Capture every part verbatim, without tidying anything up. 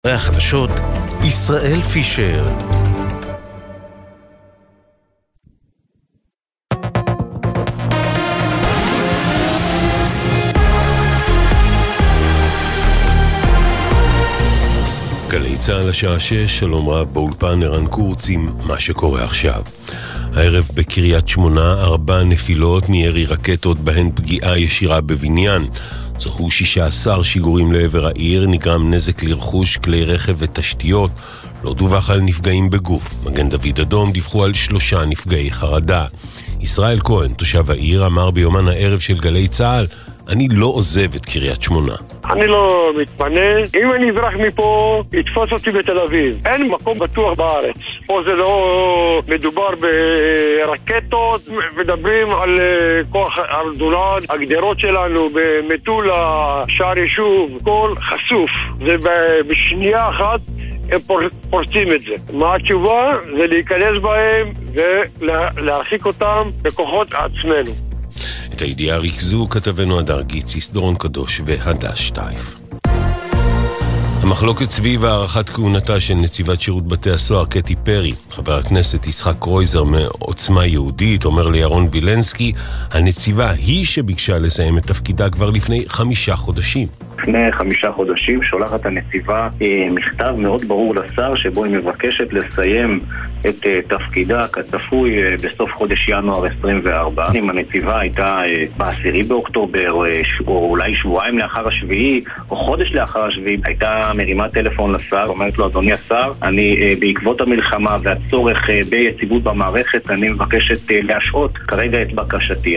החדשות, ישראל פישר. גלי צהל השעה שש, שלום רב באולפן ערן קורץ עם מה שקורה עכשיו. הערב בקריית שמונה ארבע נפילות מירי רקטות בהן פגיעה ישירה בבניין. זוהו שישה עשר שיגורים לעבר העיר, נגרם נזק לרכוש, כלי רכב ותשתיות. לא דווח על נפגעים בגוף. מגן דוד אדום דיווחו על שלושה נפגעי חרדה. ישראל כהן, תושב העיר, אמר ביומן הערב של גלי צהל, אני לא עוזב את קריית שמונה. אני לא מתפנה. אם אני אברח מפה, יתפוס אותי בתל אביב. אין מקום בטוח בארץ. פה זה לא מדובר ברקטות, מדברים על כוח ארדולן, הגדרות שלנו במטולה, שער יישוב, כל חשוף. זה בשנייה אחת הם פורצים את זה. מה התשובה? זה להיכנס בהם ולהרחיק אותם בכוחות עצמנו. את הידיעה ריכזו כתבנו הדר גיציס, דורון קדוש והדש טייף. המחלוקת סביב הערכת כהונתה של נציבת שירות בתי הסוהר קטי פרי. חבר הכנסת יצחק קרויזר מעוצמה יהודית אומר לירון וילנסקי, הנציבה היא שביקשה לסיים את תפקידה כבר לפני חמישה חודשים. לפני חמישה חודשים שולחת הנציבה מכתב מאוד ברור לשר שבו היא מבקשת לסיים את תפקידה כצפוי בסוף חודש ינואר עשרים וארבע. אם הנציבה הייתה בעשירי באוקטובר או אולי שבועיים לאחר השביעי או חודש לאחר השביעי, הייתה מרימה טלפון לשר, אומרת לו, אדוני השר, אני בעקבות המלחמה והצורך ביציבות במערכת אני מבקשת להשעות כרגע את בקשתי.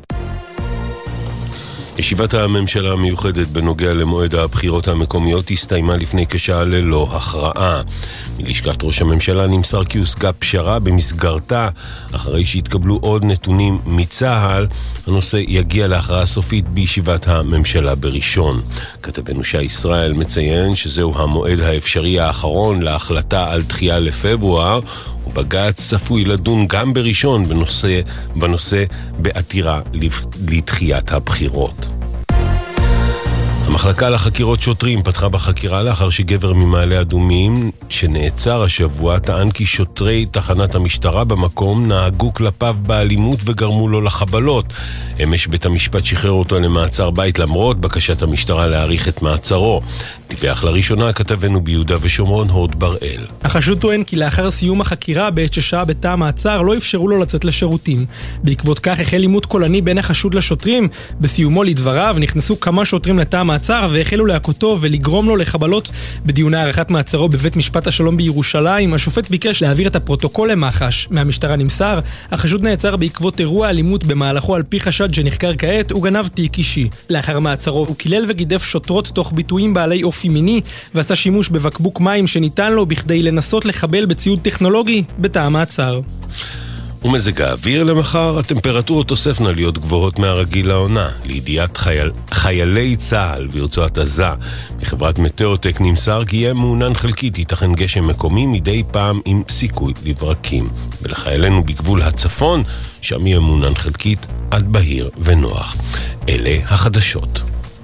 ישיבת הממשלה המיוחדת בנוגע למועד הבחירות המקומיות הסתיימה לפני כשעה ללא הכרעה. מלשכת ראש הממשלה נמסר כי הושגה פשרה במסגרתה, אחרי שהתקבלו עוד נתונים מצה"ל, הנושא יגיע להכרעה סופית בישיבת הממשלה בראשון. כתבנו שי ישראל מציין שזהו המועד האפשרי האחרון להחלטה על דחייה לפברואר, ובג"ץ צפוי לדון גם בראשון בנושא, בנושא בעתירה לדחיית הבחירות. המחלקה לחקירות שוטרים פתחה בחקירה לאחר שגבר ממעלה אדומים שנעצר השבוע טען כי שוטרי תחנת המשטרה במקום נהגו כלפיו באלימות וגרמו לו לחבלות. אמש בית המשפט שחרר אותו למעצר בית למרות בקשת המשטרה להאריך את מעצרו. דיווח לראשונה כתבנו ביהודה ושומרון הוד בראל. החשוד טוען כי לאחר סיום החקירה בעת ששעה בתא המעצר לא אפשרו לו לצאת לשירותים. בעקבות כך החל עימות קולני בין החשוד לשוטרים. בסיומו לדבריו נכנסו כמה שוטרים לתא המעצר והחלו להכותו ולגרום לו לחבלות. בדיוני הערכת מעצרו בבית משפט השלום בירושלים השופט ביקש להעביר את הפרוטוקול למח"ש. מהמשטרה נמסר, החשוד נעצר בעקבות אירוע אלימות במהלכו על פי חשד שנחקר כעת הוא גנב תיק אישי. לאחר מעצרו הוא קילל וגידף שוטרות תוך ביטויים בעלי אופי מיני ועשה שימוש בבקבוק מים שניתן לו בכדי לנסות לחבל בציוד טכנולוגי בתא המעצר. ומזג האוויר למחר, הטמפרטורות תוספנה להיות גבוהות מהרגיל לעונה. לידיעת חייל, חיילי צה"ל ורצועת עזה מחברת מטאוטק נמסר כי יהיה מעונן חלקית, ייתכן גשם מקומי מדי פעם עם סיכוי לברקים. ולחיילינו בגבול הצפון, שם יהיה מעונן חלקית עד בהיר ונוח. אלה החדשות.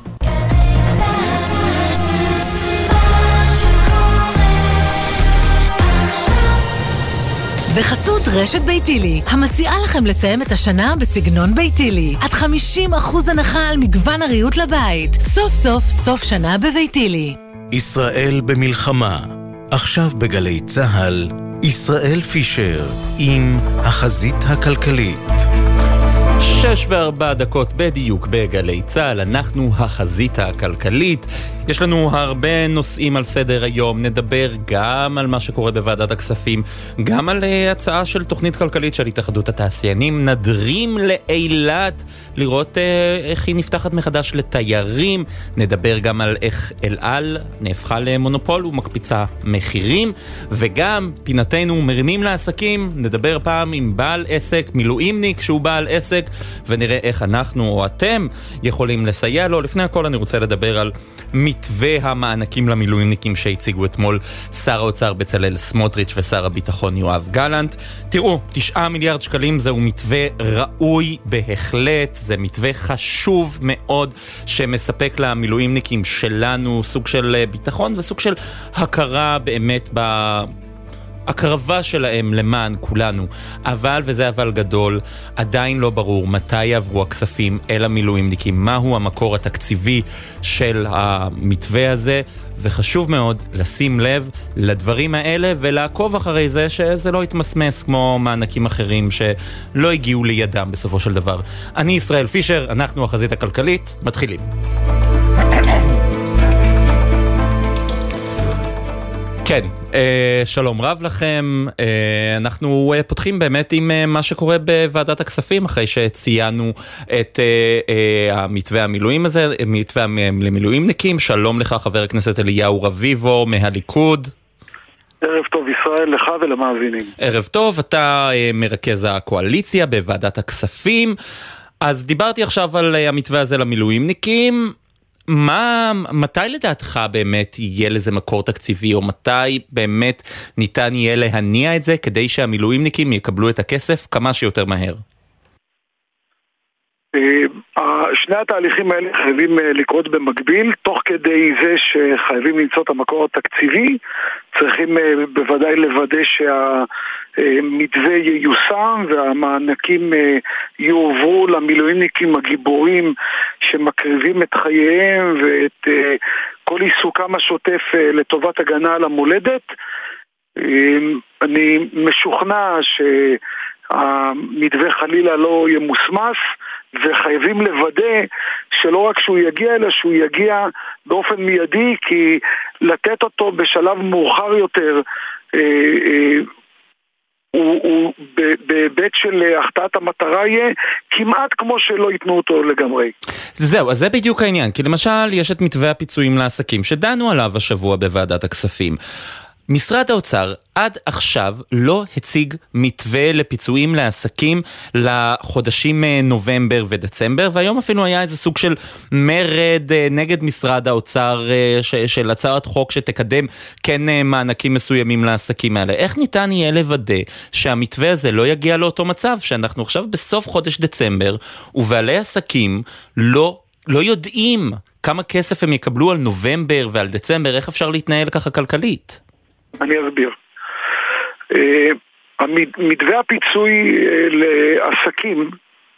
בחסות רשת ביתילי, המציעה לכם לסיים את השנה בסגנון ביתילי. עד חמישים אחוז הנחה על מגוון הריהוט לבית. סוף סוף סוף שנה בביתילי. ישראל במלחמה. עכשיו בגלי צהל, ישראל פישר עם החזית הכלכלית. שש וארבע דקות בדיוק בגלי צהל, אנחנו החזית הכלכלית. יש לנו הרבה נושאים על סדר היום, נדבר גם על מה שקורה בוועדת הכספים, גם על uh, הצעה של תוכנית כלכלית של התאחדות התעשיינים, נדרים לאילת לראות uh, איך היא נפתחת מחדש לתיירים, נדבר גם על איך אל על נהפכה למונופול ומקפיצה מחירים, וגם פינתנו מרימים לעסקים, נדבר פעם עם בעל עסק, מילואימניק שהוא בעל עסק, ונראה איך אנחנו או אתם יכולים לסייע לו. לפני הכל אני רוצה לדבר על מתווה המענקים למילואימניקים שהציגו אתמול שר האוצר בצלאל סמוטריץ' ושר הביטחון יואב גלנט. תראו, תשעה מיליארד שקלים זהו מתווה ראוי בהחלט, זה מתווה חשוב מאוד שמספק למילואימניקים שלנו סוג של ביטחון וסוג של הכרה באמת ב... הקרבה שלהם למען כולנו, אבל, וזה אבל גדול, עדיין לא ברור מתי יעברו הכספים אל המילואימניקים, מהו המקור התקציבי של המתווה הזה, וחשוב מאוד לשים לב לדברים האלה ולעקוב אחרי זה שזה לא יתמסמס כמו מענקים אחרים שלא הגיעו לידם בסופו של דבר. אני ישראל פישר, אנחנו החזית הכלכלית, מתחילים. כן, שלום רב לכם. אנחנו פותחים באמת עם מה שקורה בוועדת הכספים, אחרי שציינו את המתווה המילואים הזה, מתווה למילואימניקים. שלום לך חבר הכנסת אליהו רביבו מהליכוד. ערב טוב ישראל, לך ולמאזינים. ערב טוב, אתה מרכז הקואליציה בוועדת הכספים. אז דיברתי עכשיו על המתווה הזה למילואימניקים. מה, מתי לדעתך באמת יהיה לזה מקור תקציבי, או מתי באמת ניתן יהיה להניע את זה כדי שהמילואימניקים יקבלו את הכסף כמה שיותר מהר? שני התהליכים האלה חייבים לקרות במקביל, תוך כדי זה שחייבים למצוא את המקור התקציבי, צריכים בוודאי לוודא שהמתווה ייושם והמענקים יועברו למילואימניקים הגיבורים שמקריבים את חייהם ואת כל עיסוקם השוטף לטובת הגנה על המולדת. אני משוכנע שהמתווה חלילה לא ימוסמס, וחייבים לוודא שלא רק שהוא יגיע, אלא שהוא יגיע באופן מיידי, כי לתת אותו בשלב מאוחר יותר אה, אה, הוא, הוא בבית של החטאת המטרה יהיה כמעט כמו שלא ייתנו אותו לגמרי. זהו, אז זה בדיוק העניין, כי למשל יש את מתווה הפיצויים לעסקים שדנו עליו השבוע בוועדת הכספים. משרד האוצר עד עכשיו לא הציג מתווה לפיצויים לעסקים לחודשים נובמבר ודצמבר, והיום אפילו היה איזה סוג של מרד נגד משרד האוצר של הצעת חוק שתקדם כן מענקים מסוימים לעסקים האלה. איך ניתן יהיה לוודא שהמתווה הזה לא יגיע לאותו מצב שאנחנו עכשיו בסוף חודש דצמבר ובעלי עסקים לא, לא יודעים כמה כסף הם יקבלו על נובמבר ועל דצמבר? איך אפשר להתנהל ככה כלכלית? אני אסביר. מתווה הפיצוי לעסקים,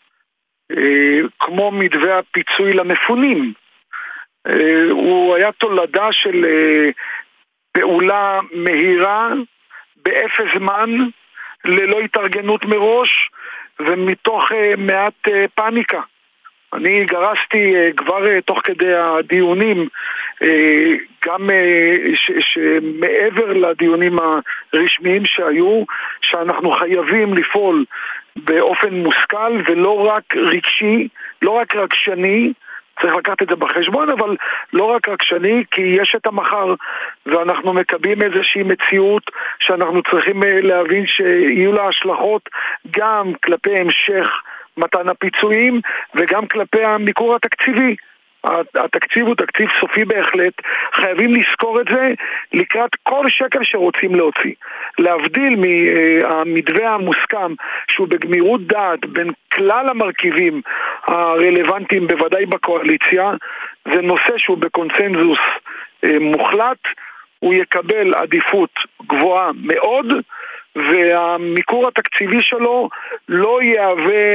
כמו מתווה הפיצוי למפונים, הוא היה תולדה של פעולה מהירה, באפס זמן, ללא התארגנות מראש, ומתוך מעט פאניקה. אני גרסתי כבר תוך כדי הדיונים, גם שמעבר לדיונים הרשמיים שהיו, שאנחנו חייבים לפעול באופן מושכל ולא רק רגשי, לא רק רגשני, צריך לקחת את זה בחשבון, אבל לא רק רגשני, כי יש את המחר, ואנחנו מקבלים איזושהי מציאות שאנחנו צריכים להבין שיהיו לה השלכות גם כלפי המשך מתן הפיצויים וגם כלפי המיקור התקציבי. התקציב הוא תקציב סופי בהחלט, חייבים לזכור את זה לקראת כל שקל שרוצים להוציא. להבדיל מהמתווה המוסכם שהוא בגמירות דעת בין כלל המרכיבים הרלוונטיים בוודאי בקואליציה, זה נושא שהוא בקונסנזוס מוחלט, הוא יקבל עדיפות גבוהה מאוד, והמיקור התקציבי שלו לא יהווה,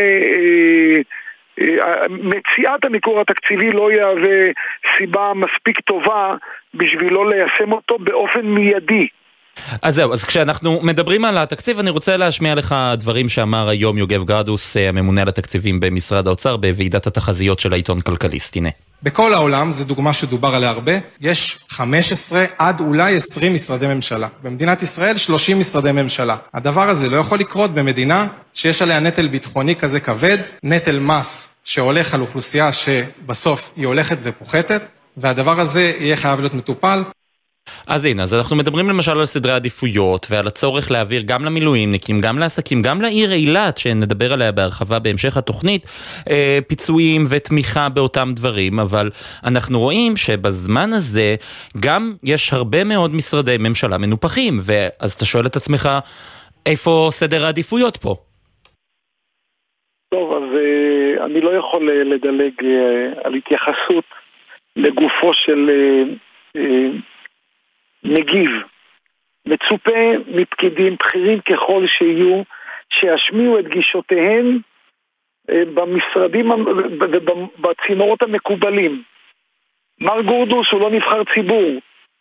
מציאת המיקור התקציבי לא יהווה סיבה מספיק טובה בשביל לא ליישם אותו באופן מיידי. אז זהו, אז כשאנחנו מדברים על התקציב, אני רוצה להשמיע לך דברים שאמר היום יוגב גרדוס, הממונה על התקציבים במשרד האוצר, בוועידת התחזיות של העיתון כלכליסט. הנה. בכל העולם, זו דוגמה שדובר עליה הרבה, יש חמש עשרה עד אולי עשרים משרדי ממשלה. במדינת ישראל שלושים משרדי ממשלה. הדבר הזה לא יכול לקרות במדינה שיש עליה נטל ביטחוני כזה כבד, נטל מס שהולך על אוכלוסייה שבסוף היא הולכת ופוחתת, והדבר הזה יהיה חייב להיות מטופל. אז הנה, אז אנחנו מדברים למשל על סדרי עדיפויות ועל הצורך להעביר גם למילואימניקים, גם לעסקים, גם לעיר אילת, שנדבר עליה בהרחבה בהמשך התוכנית, פיצויים ותמיכה באותם דברים, אבל אנחנו רואים שבזמן הזה גם יש הרבה מאוד משרדי ממשלה מנופחים, ואז אתה שואל את עצמך, איפה סדר העדיפויות פה? טוב, אז uh, אני לא יכול uh, לדלג uh, על התייחסות לגופו של uh, uh, מגיב. מצופה מפקידים בכירים ככל שיהיו, שישמיעו את גישותיהם uh, במשרדים ובצינורות המקובלים. מר גורדוס הוא לא נבחר ציבור.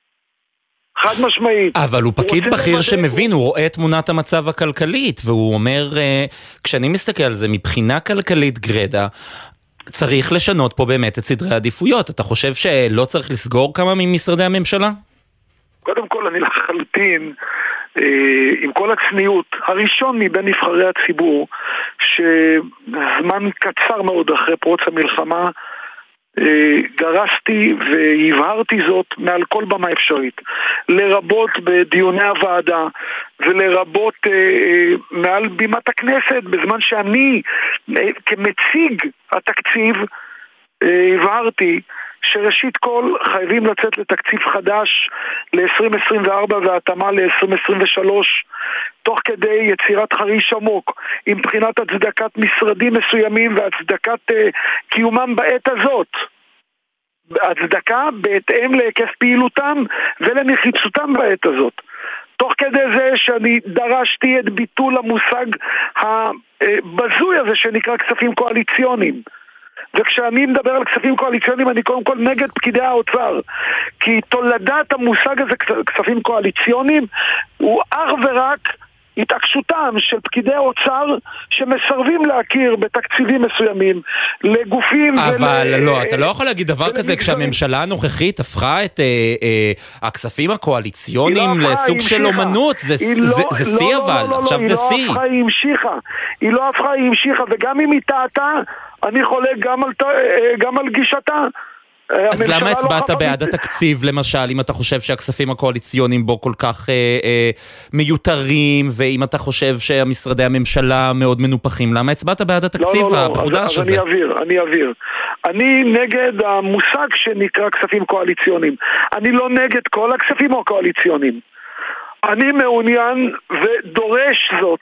חד משמעית. אבל הוא פקיד בכיר שמבין, הוא רואה תמונת המצב הכלכלית, והוא אומר, כשאני מסתכל על זה, מבחינה כלכלית גרדה, צריך לשנות פה באמת את סדרי העדיפויות. אתה חושב שלא צריך לסגור כמה ממשרדי הממשלה? קודם כל, אני לחלוטין, עם כל הצניעות, הראשון מבין נבחרי הציבור, שזמן קצר מאוד אחרי פרוץ המלחמה, גרסתי והבהרתי זאת מעל כל במה אפשרית, לרבות בדיוני הוועדה ולרבות אה, מעל בימת הכנסת, בזמן שאני אה, כמציג התקציב אה, הבהרתי שראשית כל חייבים לצאת לתקציב חדש ל-עשרים עשרים וארבע והתאמה ל-עשרים עשרים ושלוש, תוך כדי יצירת חריש עמוק עם בחינת הצדקת משרדים מסוימים והצדקת uh, קיומם בעת הזאת, הצדקה בהתאם להיקף פעילותם ולנחיצותם בעת הזאת, תוך כדי זה שאני דרשתי את ביטול המושג הבזוי הזה שנקרא כספים קואליציוניים. וכשאני מדבר על כספים קואליציוניים אני קודם כל נגד פקידי האוצר, כי תולדת המושג הזה כספים קואליציוניים הוא אך ורק התעקשותם של פקידי האוצר שמסרבים להכיר בתקציבים מסוימים לגופים. אבל ול... לא, אתה לא יכול להגיד דבר כזה כשהממשלה הנוכחית הפכה את אה, אה, הכספים הקואליציוניים לא לסוג של אומנות, זה שיא לא, אבל, לא, לא, עכשיו לא, זה שיא. היא לא הפכה, היא המשיכה, היא לא הפכה, היא המשיכה, וגם אם היא טעתה, אני חולק גם על, גם על גישתה. אז למה הצבעת בעד התקציב למשל, אם אתה חושב שהכספים הקואליציוניים בו כל כך אה, אה, מיותרים, ואם אתה חושב שהמשרדי הממשלה מאוד מנופחים, למה הצבעת בעד התקציב לא, לא, המחודש לא, הזה? אני אעביר, אני אעביר. אני נגד המושג שנקרא כספים קואליציוניים. אני לא נגד כל הכספים הקואליציוניים. אני מעוניין ודורש זאת,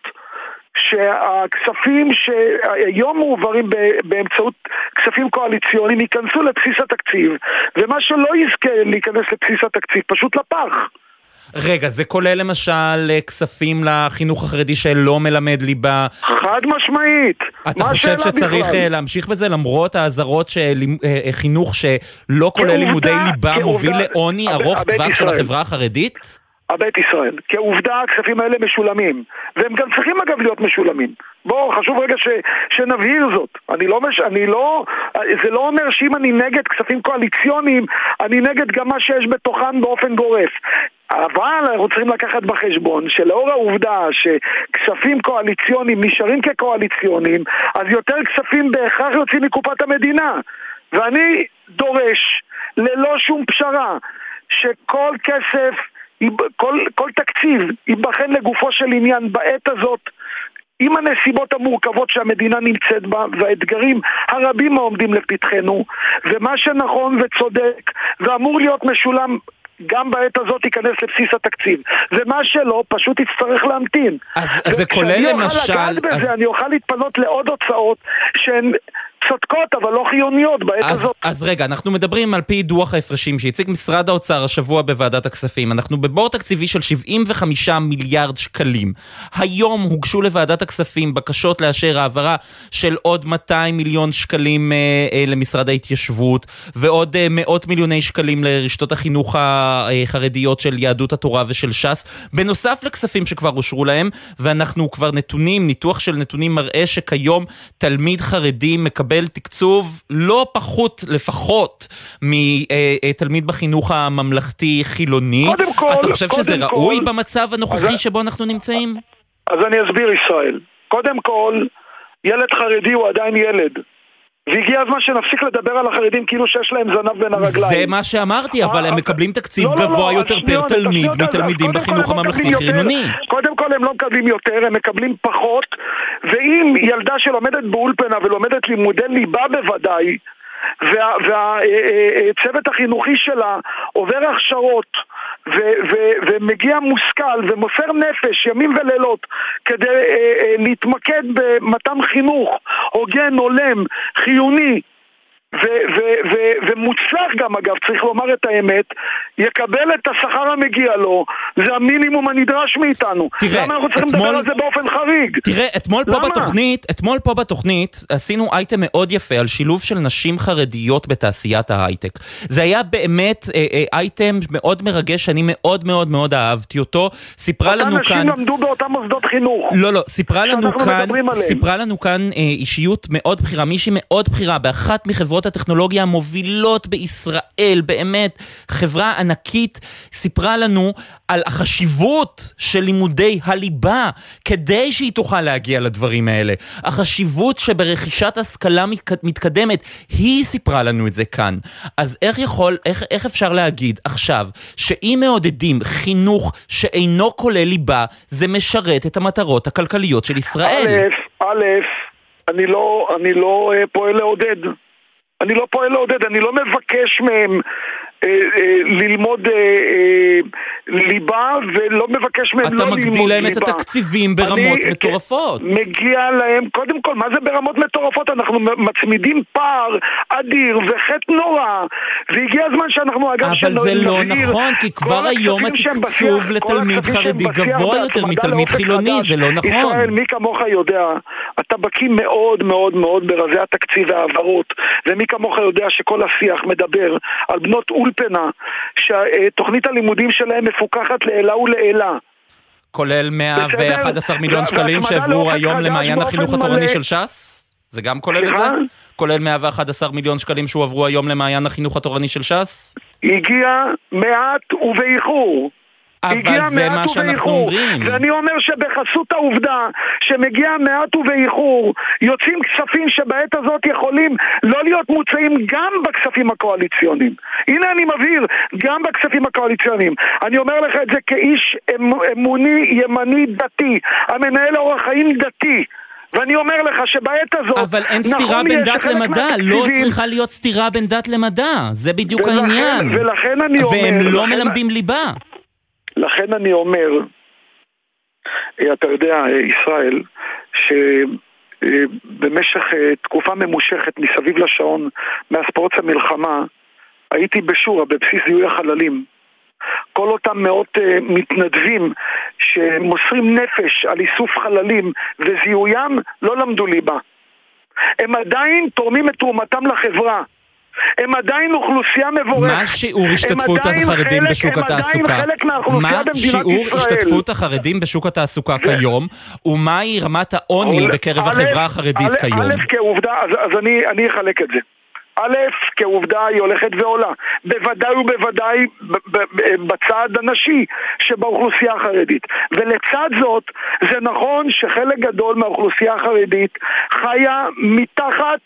שהכספים שהיום מעוברים באמצעות כספים קואליציוניים ייכנסו לבסיס התקציב, ומה שלא יזכה להיכנס לבסיס התקציב פשוט לפח. רגע, זה כולל למשל כספים לחינוך החרדי שלא מלמד ליבה? חד משמעית. אתה חושב שצריך בכלל להמשיך בזה למרות האזהרות שחינוך שלא כולל לימודי ליבה מוביל לעוני ארוך טווח של החברה החרדית? הבית ישראל, כעובדה הכספים האלה משולמים, והם גם צריכים אגב להיות משולמים. בואו, חשוב רגע ש, שנבהיר זאת. אני לא, מש, אני לא, זה לא אומר שאם אני נגד כספים קואליציוניים, אני נגד גם מה שיש בתוכן באופן גורף. אבל אנחנו צריכים לקחת בחשבון שלאור העובדה שכספים קואליציוניים נשארים כקואליציוניים, אז יותר כספים בהכרח יוצאים מקופת המדינה. ואני דורש ללא שום פשרה שכל כסף, כל, כל תקציב ייבחן לגופו של עניין בעת הזאת, עם הנסיבות המורכבות שהמדינה נמצאת בה והאתגרים הרבים העומדים לפתחנו, ומה שנכון וצודק ואמור להיות משולם גם בעת הזאת ייכנס לבסיס התקציב, ומה שלא פשוט יצטרך להמתין. אז, אז זה כולל למשל... בזה, אז... אני אוכל להתפנות לעוד הוצאות שהן צודקות אבל לא חיוניות בעת אז, הזאת. אז רגע, אנחנו מדברים על פי דוח ההפרשים שהציג משרד האוצר השבוע בוועדת הכספים. אנחנו בבור תקציבי של שבעים וחמישה מיליארד שקלים. היום הוגשו לוועדת הכספים בקשות לאשר העברה של עוד מאתיים מיליון שקלים אה, אה, למשרד ההתיישבות, ועוד אה, מאות מיליוני שקלים לרשתות החינוך החרדיות של יהדות התורה ושל ש"ס, בנוסף לכספים שכבר אושרו להם, ואנחנו כבר נתונים, ניתוח של נתונים מראה שכיום תלמיד חרדי מקבל תקצוב לא פחות לפחות מתלמיד בחינוך הממלכתי חילוני. כל, אתה חושב שזה כל, ראוי במצב הנוכחי אז, שבו אנחנו נמצאים? אז אני אסביר ישראל. קודם כל, ילד חרדי הוא עדיין ילד. והגיע הזמן שנפסיק לדבר על החרדים כאילו שיש להם זנב בין הרגליים. זה מה שאמרתי, אבל הם מקבלים תקציב גבוה יותר פר תלמיד מתלמידים בחינוך הממלכתי-חילוני. קודם כל הם לא מקבלים יותר, הם מקבלים פחות, ואם ילדה שלומדת באולפנה ולומדת לימודי ליבה בוודאי, והצוות החינוכי שלה עובר הכשרות ומגיע מושכל ומוסר נפש ימים ולילות כדי להתמקד במתן חינוך הוגן, הולם, חיוני ומוצלח גם, אגב, צריך לומר את האמת, יקבל את השכר המגיע לו, זה המינימום הנדרש מאיתנו. תראה, למה אנחנו צריכים אתמול, לדבר על זה באופן חריג? תראה, אתמול פה למה? בתוכנית, אתמול פה בתוכנית עשינו אייטם מאוד יפה על שילוב של נשים חרדיות בתעשיית ההייטק. זה היה באמת אה, אה, אייטם מאוד מרגש, אני מאוד מאוד מאוד אהבתי אותו. סיפרה לנו כאן... אותן נשים למדו באותם מוסדות חינוך. לא, לא, סיפרה לנו כאן, סיפרה לנו כאן אה, אישיות מאוד בחירה, מישהי מאוד בחירה, באחת מחברות הטכנולוגיה המובילות בישראל, באמת חברה ענקית, סיפרה לנו על החשיבות של לימודי הליבה, כדי שהיא תוכל להגיע לדברים האלה. החשיבות שברכישת השכלה מתקדמת, היא סיפרה לנו את זה כאן. אז איך יכול, איך, איך אפשר להגיד עכשיו, שאם מעודדים חינוך שאינו כולל ליבה, זה משרת את המטרות הכלכליות של ישראל? א', א', אני לא, אני לא פועל לעודד. אני לא פועל לעודד, אני לא מבקש מהם אה, אה, ללמוד אה, אה, ליבה, ולא מבקש מהם לא ללמוד ליבה. אתה מגדיל להם את התקציבים ברמות אני, מטורפות. מגיע להם, קודם כל, מה זה ברמות מטורפות? אנחנו מצמידים פער אדיר וחטא נורא, והגיע הזמן שאנחנו אגב אבל זה לא נכון, כי כבר היום התקצוב לתלמיד חרדי גבוה יותר מתלמיד חילוני, זה לא נכון. ישראל, מי כמוך יודע, אתה בקיא מאוד מאוד מאוד ברזי התקציב והעברות, ומי כמוך יודע שכל השיח מדבר על בנות אולפנה, שתוכנית הלימודים שלהם מפוקחת לעילה ולעילה. כולל מאה ואחד עשר מיליון שקלים שעברו היום למעיין החינוך התורני של ש"ס? זה גם כולל את זה? כולל מאה ואחד עשר מיליון שקלים שהועברו היום למעיין החינוך התורני של ש"ס? הגיע מעט ובאיחור. אבל זה מה שאנחנו אומרים. ואני אומר שבחסות העובדה שמגיע מעט ובאיחור, יוצאים כספים שבעת הזאת יכולים לא להיות מוצאים גם בכספים הקואליציוניים. הנה אני מבהיר, גם בכספים הקואליציוניים. אני אומר לך את זה כאיש אמוני ימני דתי, המנהל אורח חיים דתי. ואני אומר לך שבעת הזאת... אבל אין סתירה בין דת למדע, לא צריכה להיות סתירה בין דת למדע, זה בדיוק העניין. ולכן אני אומר... והם לא מלמדים ליבה. לכן אני אומר, אתה יודע, ישראל, שבמשך תקופה ממושכת מסביב לשעון, מאז פרוץ המלחמה, הייתי בשורה, בבסיס זיהוי החללים. כל אותם מאות מתנדבים שמוסרים נפש על איסוף חללים וזיהויים לא למדו ליבה. הם עדיין תורמים את תרומתם לחברה. הם עדיין אוכלוסייה מבורכת. מה שיעור השתתפות החרדים בשוק התעסוקה? מה שיעור השתתפות החרדים בשוק התעסוקה כיום, ומהי רמת העוני בקרב החברה החרדית כיום? א', כעובדה, אז אני אחלק את זה. א', כעובדה היא הולכת ועולה. בוודאי ובוודאי בצד הנשי שבאוכלוסייה החרדית. ולצד זאת, זה נכון שחלק גדול מהאוכלוסייה החרדית חיה מתחת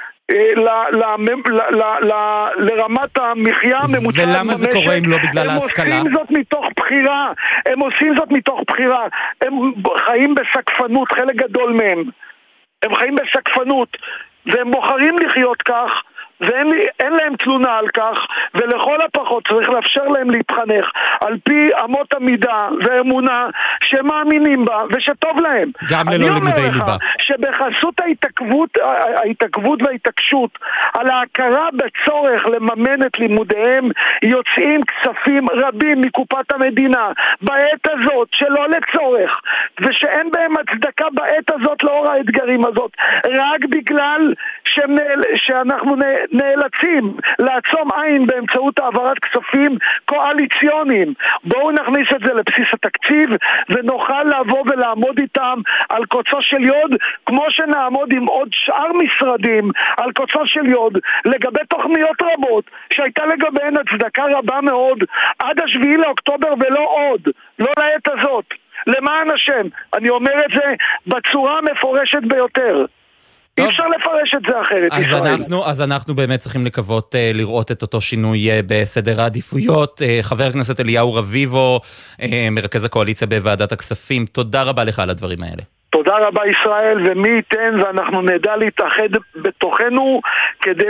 לרמת המחיה הממוצעת. ולמה זה קורה אם לא בגלל ההשכלה? הם עושים זאת מתוך בחירה. הם עושים זאת מתוך בחירה. הם חיים בסקפנות, חלק גדול מהם. הם חיים בסקפנות, והם בוחרים לחיות כך, ואין לי, אין להם תלונה על כך, ולכל הפחות צריך לאפשר להם להתחנך על פי אמות המידה והאמונה שמאמינים בה ושטוב להם. גם ללא לימודי ליבה. אני אומר לך שבחסות ההתעכבות, ההתעכבות וההתעקשות על ההכרה בצורך לממן את לימודיהם, יוצאים כספים רבים מקופת המדינה בעת הזאת שלא לצורך, ושאין בהם הצדקה בעת הזאת לאור האתגרים הזאת, רק בגלל שנעל, שאנחנו נאלצים לעצום עין באמצעות העברת כספים קואליציוניים. בואו נכניס את זה לבסיס התקציב ונוכל לבוא ולעמוד איתם על קוצו של יוד, כמו שנעמוד עם עוד שאר משרדים על קוצו של יוד לגבי תוכניות רבות שהייתה לגביהן הצדקה רבה מאוד עד השביעי לאוקטובר ולא עוד, לא לעת הזאת. למען השם, אני אומר את זה בצורה המפורשת ביותר. אי אפשר לפרש את זה אחרת, אז ישראל. אנחנו, אז אנחנו באמת צריכים לקוות uh, לראות את אותו שינוי uh, בסדר העדיפויות. Uh, חבר הכנסת אליהו רביבו, uh, מרכז הקואליציה בוועדת הכספים, תודה רבה לך על הדברים האלה. תודה רבה ישראל, ומי ייתן ואנחנו נדע להתאחד בתוכנו כדי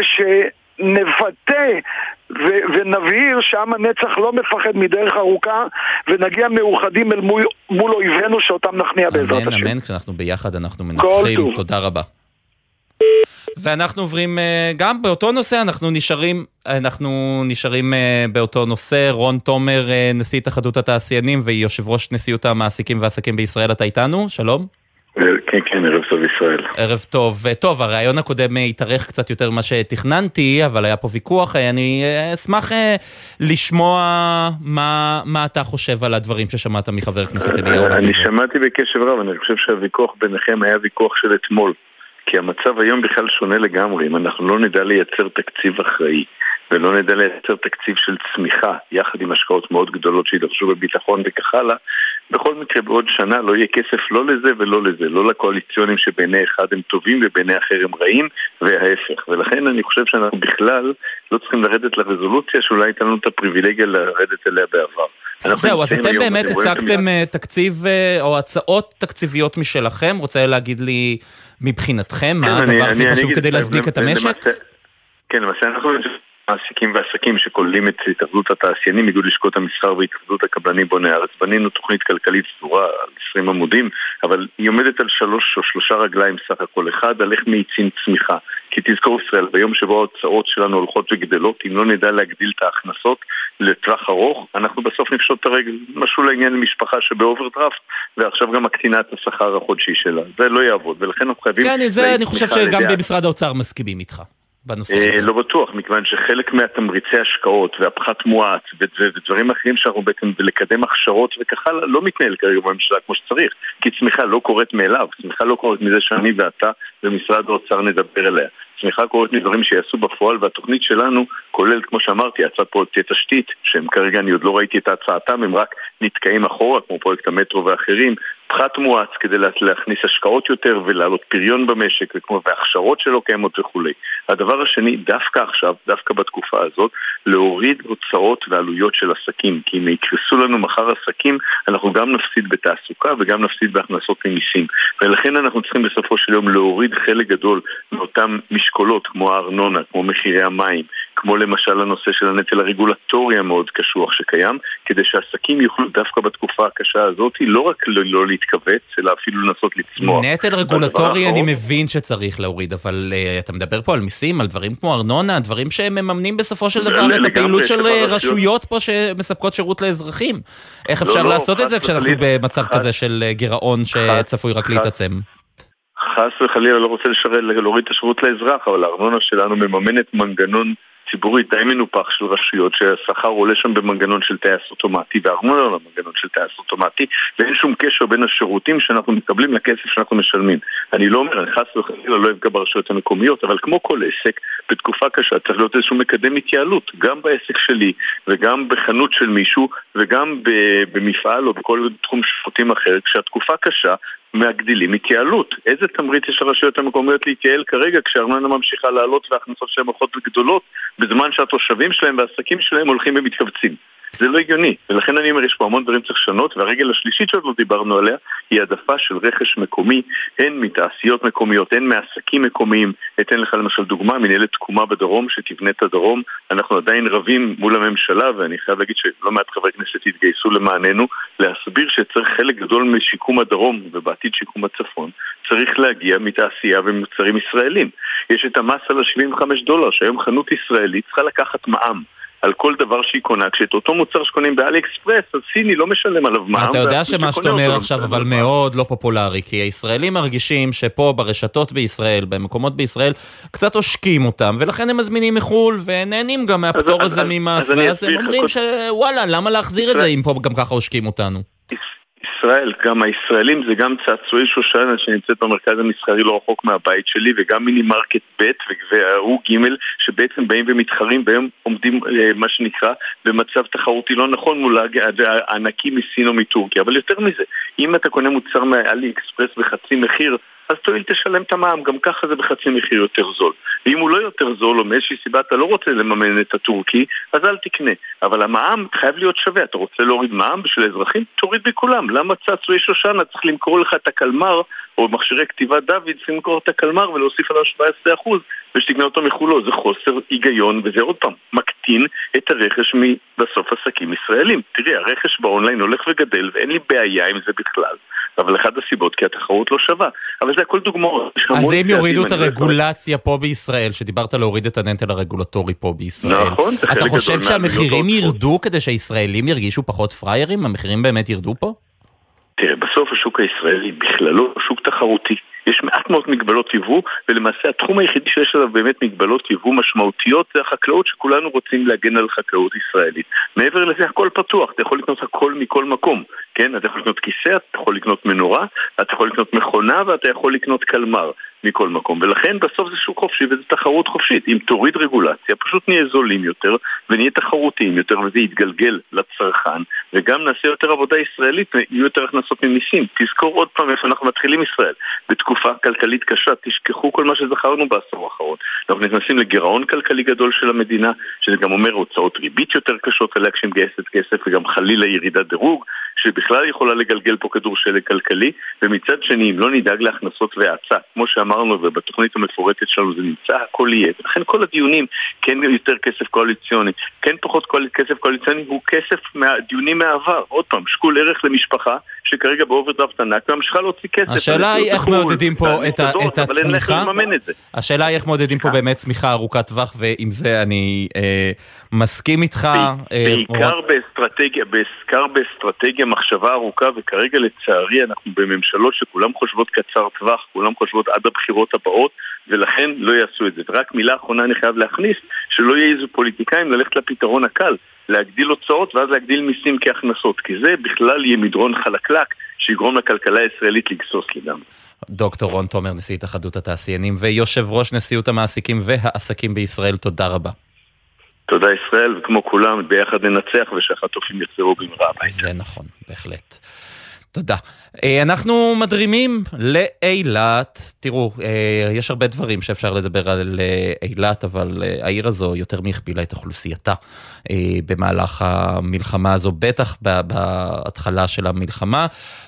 שנבטא ו- ונבהיר שעם הנצח לא מפחד מדרך ארוכה, ונגיע מאוחדים אל מול, מול אויבינו שאותם נכניע בעזרת השם. אמן, אמן, כשאנחנו ביחד אנחנו מנצחים. תודה רבה. ואנחנו עוברים גם באותו נושא, אנחנו נשארים, אנחנו נשארים באותו נושא. רון תומר, נשיא התאחדות התעשיינים ויושב ראש נשיאות המעסיקים והעסקים בישראל, אתה איתנו? שלום. כן, כן, ערב טוב ישראל. ערב טוב. טוב, הרעיון הקודם התארך קצת יותר ממה שתכננתי, אבל היה פה ויכוח. אני אשמח לשמוע מה, מה אתה חושב על הדברים ששמעת מחבר הכנסת אליהו רביבו. אני שמעתי בקשב רב, אני חושב שהוויכוח ביניכם היה ויכוח של אתמול. כי המצב היום בכלל שונה לגמרי. אם אנחנו לא נדע לייצר תקציב אחראי, ולא נדע לייצר תקציב של צמיחה, יחד עם השקעות מאוד גדולות שידרשו בביטחון וכך הלאה, בכל מקרה בעוד שנה לא יהיה כסף לא לזה ולא לזה, לא לקואליציונים שבעיני אחד הם טובים ובעיני אחר הם רעים, וההפך. ולכן אני חושב שאנחנו בכלל לא צריכים לרדת לרזולוציה שאולי הייתה לנו את הפריבילגיה לרדת אליה בעבר. זהו, אז אתם באמת הצגתם תקציב או הצעות תקציביות משלכם, רוצה להגיד לי מבחינתכם מה הדבר הכי חשוב כדי להזניק את המשק? כן, למעשה אנחנו מעסיקים ועסקים שכוללים את התאחדות התעשיינים, איגוד לשכות המסחר והתאחדות הקבלנים בוני הארץ. בנינו תוכנית כלכלית סדורה על עשרים עמודים, אבל היא עומדת על שלוש או שלושה רגליים סך הכל. אחד, על איך מאיצים צמיחה. כי תזכור ישראל, ביום שבו ההוצאות שלנו הולכות וגדלות, אם לא נדע להגדיל את ההכנסות לטווח ארוך, אנחנו בסוף נפשוט את הרגל. משהו לעניין למשפחה שבאוברדרפט, ועכשיו גם מקטינה את השכר החודשי שלה. זה לא יעבוד, ולכן אנחנו חייבים... כן, זה אני חושב שגם במשרד האוצר מסכימים איתך. לא בטוח, מכיוון שחלק מהתמריצי השקעות והפחת מואץ ודברים אחרים שאנחנו בעצם לקדם הכשרות וככה לא מתנהל כרגע בממשלה כמו שצריך, כי צמיחה לא קורית מאליו, צמיחה לא קורית מזה שאני ואתה ומשרד האוצר נדבר אליה. צמיחה קורית מדברים שיעשו בפועל, והתוכנית שלנו כולל, כמו שאמרתי, הצעת פרויקטי תשתית, שהם כרגע אני עוד לא ראיתי את הצעתם, הם רק נתקעים אחורה, כמו פרויקט המטרו ואחרים, פחת מואץ כדי להכניס השקעות יותר ולהעלות פריון במשק, וכמו והכשרות שלא קיימות וכולי. הדבר השני, דווקא עכשיו, דווקא בתקופה הזאת, להוריד הוצאות ועלויות של עסקים, כי אם יקרסו לנו מחר עסקים, אנחנו גם נפסיד בתעסוקה וגם נפסיד בהכנסות ממיסים. ולכן אנחנו צריכים בסופו של יום להוריד חלק גדול מאותם משקולות, כמו הארנונה, כמו מחירי המים, כמו למשל הנושא של הנטל הרגולטורי המאוד קשוח שקיים, כדי שהעסקים יוכלו דווקא בתקופה הקשה הזאת, לא רק לא להתכווץ, אלא אפילו לנסות לצמוח. נטל רגולטורי אני מבין שצריך להוריד, אבל אתה מדבר פה על מיסים, על דברים כמו ארנונה, דברים שמממנים בסופו של דבר את הפעילות של רשויות פה שמספקות שירות לאזרחים. איך אפשר לעשות את זה כשאנחנו במצב כזה של גירעון שצפוי רק להתעצם? חס וחלילה לא רוצה להוריד את השירות לאזרח, אבל הארנונה שלנו מממנת מנגנון ציבורי די מנופח של רשויות שהשכר עולה שם במנגנון של טייס אוטומטי והארנונה במנגנון של טייס אוטומטי, ואין שום קשר בין השירותים שאנחנו מקבלים לכסף שאנחנו משלמים. אני לא אומר, אני חס וחלילה לא אפגע ברשויות המקומיות, אבל כמו כל עסק, בתקופה קשה צריך להיות איזשהו מקדם התייעלות, גם בעסק שלי וגם בחנות של מישהו וגם במפעל או בכל תחום שירותים אחר. כשהתקופה קשה מהגדילים התייעלות. איזה תמריץ יש לרשויות המקומיות להתייעל כרגע כשהארנונה ממשיכה לעלות וההכנסות שלהם הולכות וגדולות בזמן שהתושבים שלהם והעסקים שלהם הולכים ומתכווצים? זה לא הגיוני, ולכן אני אומר, יש פה המון דברים צריך לשנות, והרגל השלישית שעוד לא דיברנו עליה היא העדפה של רכש מקומי, הן מתעשיות מקומיות, הן מעסקים מקומיים. אתן לך למשל דוגמה, מנהלת תקומה בדרום שתבנה את הדרום. אנחנו עדיין רבים מול הממשלה, ואני חייב להגיד שלא מעט חברי כנסת התגייסו למעננו להסביר שצריך חלק גדול משיקום הדרום ובעתיד שיקום הצפון צריך להגיע מתעשייה ומוצרים ישראלים. יש את המס על ה-שבעים וחמישה דולר שהיום חנות ישראלית צריכה לקחת מע"מ על כל דבר שהיא קונה, כשאת אותו מוצר שקונים באלי אקספרס, אז סיני לא משלם עליו מע"מ. אתה יודע שמה שאתה אומר עכשיו אבל מאוד לא פופולרי, כי הישראלים מרגישים שפה ברשתות בישראל, במקומות בישראל, קצת עושקים אותם, ולכן הם מזמינים מחול ונהנים גם מהפטור הזה ממס, ואז הם אומרים שוואלה, למה להחזיר את זה אם פה גם ככה עושקים אותנו? ישראל, גם הישראלים זה גם צעצועי שושנה שנמצאת במרכז המסחרי לא רחוק מהבית שלי, וגם מיני מרקט ב' והוא ג' שבעצם באים ומתחרים והם עומדים מה שנקרא במצב תחרותי לא נכון מול הענקים מסין או מטורקיה. אבל יותר מזה, אם אתה קונה מוצר מאלי אקספרס בחצי מחיר, אז תואיל תשלם את המע"מ, גם ככה זה בחצי מחיר יותר זול. ואם הוא לא יותר זול, או מאיזושהי סיבה אתה לא רוצה לממן את הטורקי, אז אל תקנה. אבל המע"מ חייב להיות שווה. אתה רוצה להוריד מע"מ בשביל האזרחים? תוריד בכולם. למה צעצועי שושנה צריך למכור לך את הקלמר, או מכשירי כתיבת דוד, צריך למכור את הקלמר ולהוסיף עליו שבעה עשר אחוז, ושתקנה אותו מחולו. זה חוסר היגיון, וזה עוד פעם מקטין את הרכש בסוף עסקים ישראלים. תראי, הרכש באונליין הולך וגדל, ואין לי בעיה עם זה בכלל. אבל אחד הסיבות, כי התחרות לא שווה. אבל זה הכל דוגמאות. אז אם יורידו את הרגולציה פה בישראל, שדיברת להוריד את הנטל הרגולטורי פה בישראל, נכון, אתה חושב שהמחירים ירדו כדי שהישראלים ירגישו פחות פריירים? המחירים באמת ירדו פה? תראה, בסוף השוק הישראלי בכללו הוא שוק תחרותי. יש מעט מאוד מגבלות יבוא, ולמעשה התחום היחידי שיש עליו באמת מגבלות יבוא משמעותיות זה החקלאות, שכולנו רוצים להגן על חקלאות ישראלית. מעבר לזה הכל פתוח, אתה יכול לקנות הכל מכל מקום, כן? אתה יכול לקנות כיסא, אתה יכול לקנות מנורה, אתה יכול לקנות מכונה ואתה יכול לקנות קלמר מכל מקום, ולכן בסוף זה שוק חופשי וזה תחרות חופשית. אם תוריד רגולציה, פשוט נהיה זולים יותר ונהיה תחרותיים יותר, וזה יתגלגל לצרכן, וגם נעשה יותר עבודה ישראלית ויהיו יותר הכנסות ממיסים. תזכור עוד פעם איפה אנחנו מתחילים ישראל, בתקופה כלכלית קשה, תשכחו כל מה שזכרנו בעשור האחרון. אנחנו נכנסים לגירעון כלכלי גדול של המדינה, שזה גם אומר הוצאות ריבית יותר קשות עליה כשמגייסת כסף, וגם חלילה ירידת דירוג, שבכלל יכולה לגלגל פה כדור שלג כלכלי, ומצד שני, אם לא נדאג להכנסות והאצה, כמו שאמרנו, ובתוכנית המפורטת שלנו זה נמצא, הכל יהיה. ולכן כל הדיונים, כן יותר כסף קואליציוני, כן פחות כסף קואליציוני, הוא כסף מהדיונים מהעבר. עוד פעם, שקול ערך למשפחה, שכרגע באוברדרפט ענק, והמשיכה להוציא כסף. השאלה היא איך מעודדים פה את הצמיחה. השאלה היא איך מעודדים פה באמת צמיחה ארוכת טווח, ועם זה אני מסכים איתך. בעיקר באסטרטגיה, בעיקר באסטרטגיה מחשבה ארוכה, וכרגע לצערי אנחנו בממשלות שכולם חושבות קצר טווח, כולם חושבות עד הבחירות הבאות, ולכן לא יעשו את זה. ורק מילה אחרונה אני חייב להכניס, שלא יהיה איזו פוליטיקאים ללכת לפתרון הקל, להגדיל הוצאות ואז להגדיל מיסים כהכנסות, כי זה בכלל יהיה מדרון חלקלק שיגרום לכלכלה הישראלית לגסוס לגמרי. דוקטור רון תומר, נשיא התאחדות התעשיינים ויושב ראש נשיאות המעסיקים והעסקים בישראל, תודה רבה. תודה ישראל, וכמו כולם ביחד ננצח ושהחטופים יחזרו במהרה הביתה. זה נכון, בהחלט. תודה. אנחנו מדרימים לאילת. תראו, יש הרבה דברים שאפשר לדבר על אילת, אבל העיר הזו יותר מהכפילה את אוכלוסייתה במהלך המלחמה הזו, בטח בהתחלה של המלחמה,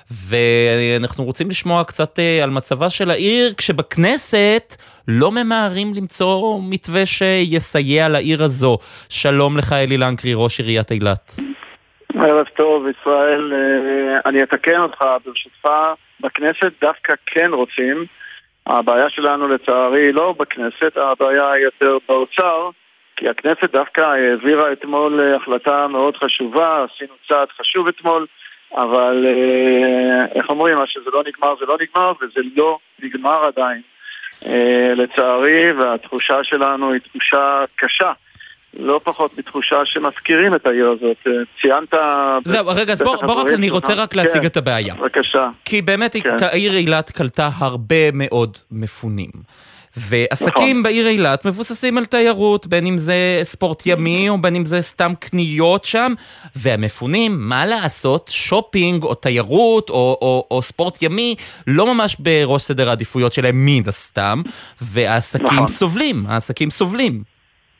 ואנחנו רוצים לשמוע קצת על מצבה של העיר, כשבכנסת לא ממהרים למצוא מתווה שיסייע לעיר הזו. שלום לך אלי לנקרי, ראש עיריית אילת. ערב טוב, ישראל. אני אתקן אותך, ברשותך, בכנסת דווקא כן רוצים. הבעיה שלנו לצערי לא בכנסת, הבעיה היא יותר באוצר, כי הכנסת דווקא העבירה אתמול החלטה מאוד חשובה, עשינו צעד חשוב אתמול, אבל איך אומרים, מה שזה לא נגמר זה לא נגמר, וזה לא נגמר עדיין. לצערי, והתחושה שלנו היא תחושה קשה. לא פחות בתחושה שמזכירים את העיר הזאת. ציינת... זהו, רגע, אז בוא, בוא רק, אני רוצה רק להציג את הבעיה. בבקשה. כי באמת העיר אילת קלטה הרבה מאוד מפונים. ועסקים בעיר אילת מבוססים על תיירות, בין אם זה ספורט ימי או בין אם זה סתם קניות שם, והמפונים, מה לעשות, שופינג או תיירות או, או, או ספורט ימי, לא ממש בראש סדר העדיפויות שלהם מן הסתם, והעסקים סובלים, העסקים סובלים.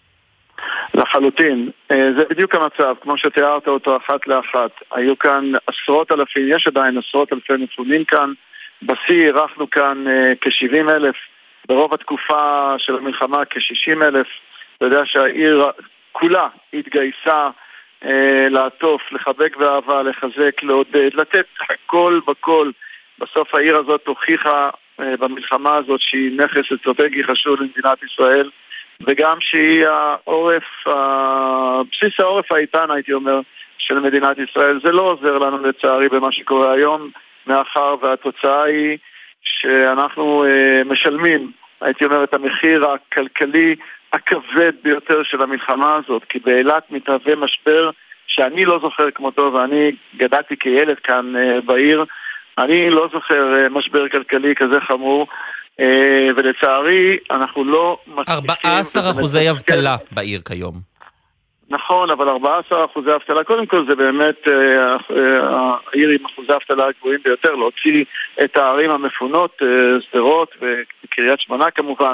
לחלוטין. זה בדיוק המצב, כמו שתיארת אותו אחת לאחת. היו כאן עשרות אלפים, יש עדיין עשרות אלפי מפונים כאן. בשיא ערכנו כאן כ-שבעים אלף, ברוב התקופה של המלחמה כ-שישים אלף. אתה יודע שהעיר כולה התגייסה לעטוף, לחבק באהבה, לחזק, לעודד, לתת הכל בכל. בסוף העיר הזאת הוכיחה במלחמה הזאת שהיא נכס אסטרטגי חשוב למדינת ישראל, וגם שהיא העורף, בסיס העורף האיתן, הייתי אומר, של מדינת ישראל. זה לא עוזר לנו לצערי במה שקורה היום, מאחר והתוצאה היא שאנחנו משלמים, הייתי אומר, את המחיר הכלכלי הכבד ביותר של המלחמה הזאת, כי באילת מתהווה משבר שאני לא זוכר כמותו, ואני גדלתי כילד כאן בעיר, אני לא זוכר משבר כלכלי כזה חמור, ולצערי אנחנו לא... ארבעה עשר אחוזי אבטלה בעיר כיום. נכון, אבל ארבעה עשר אחוזי אבטלה, קודם כל זה באמת העיר עם אחוזי אבטלה הגבוהים ביותר, להוציא את הערים המפונות, שדרות וקריית שמונה כמובן,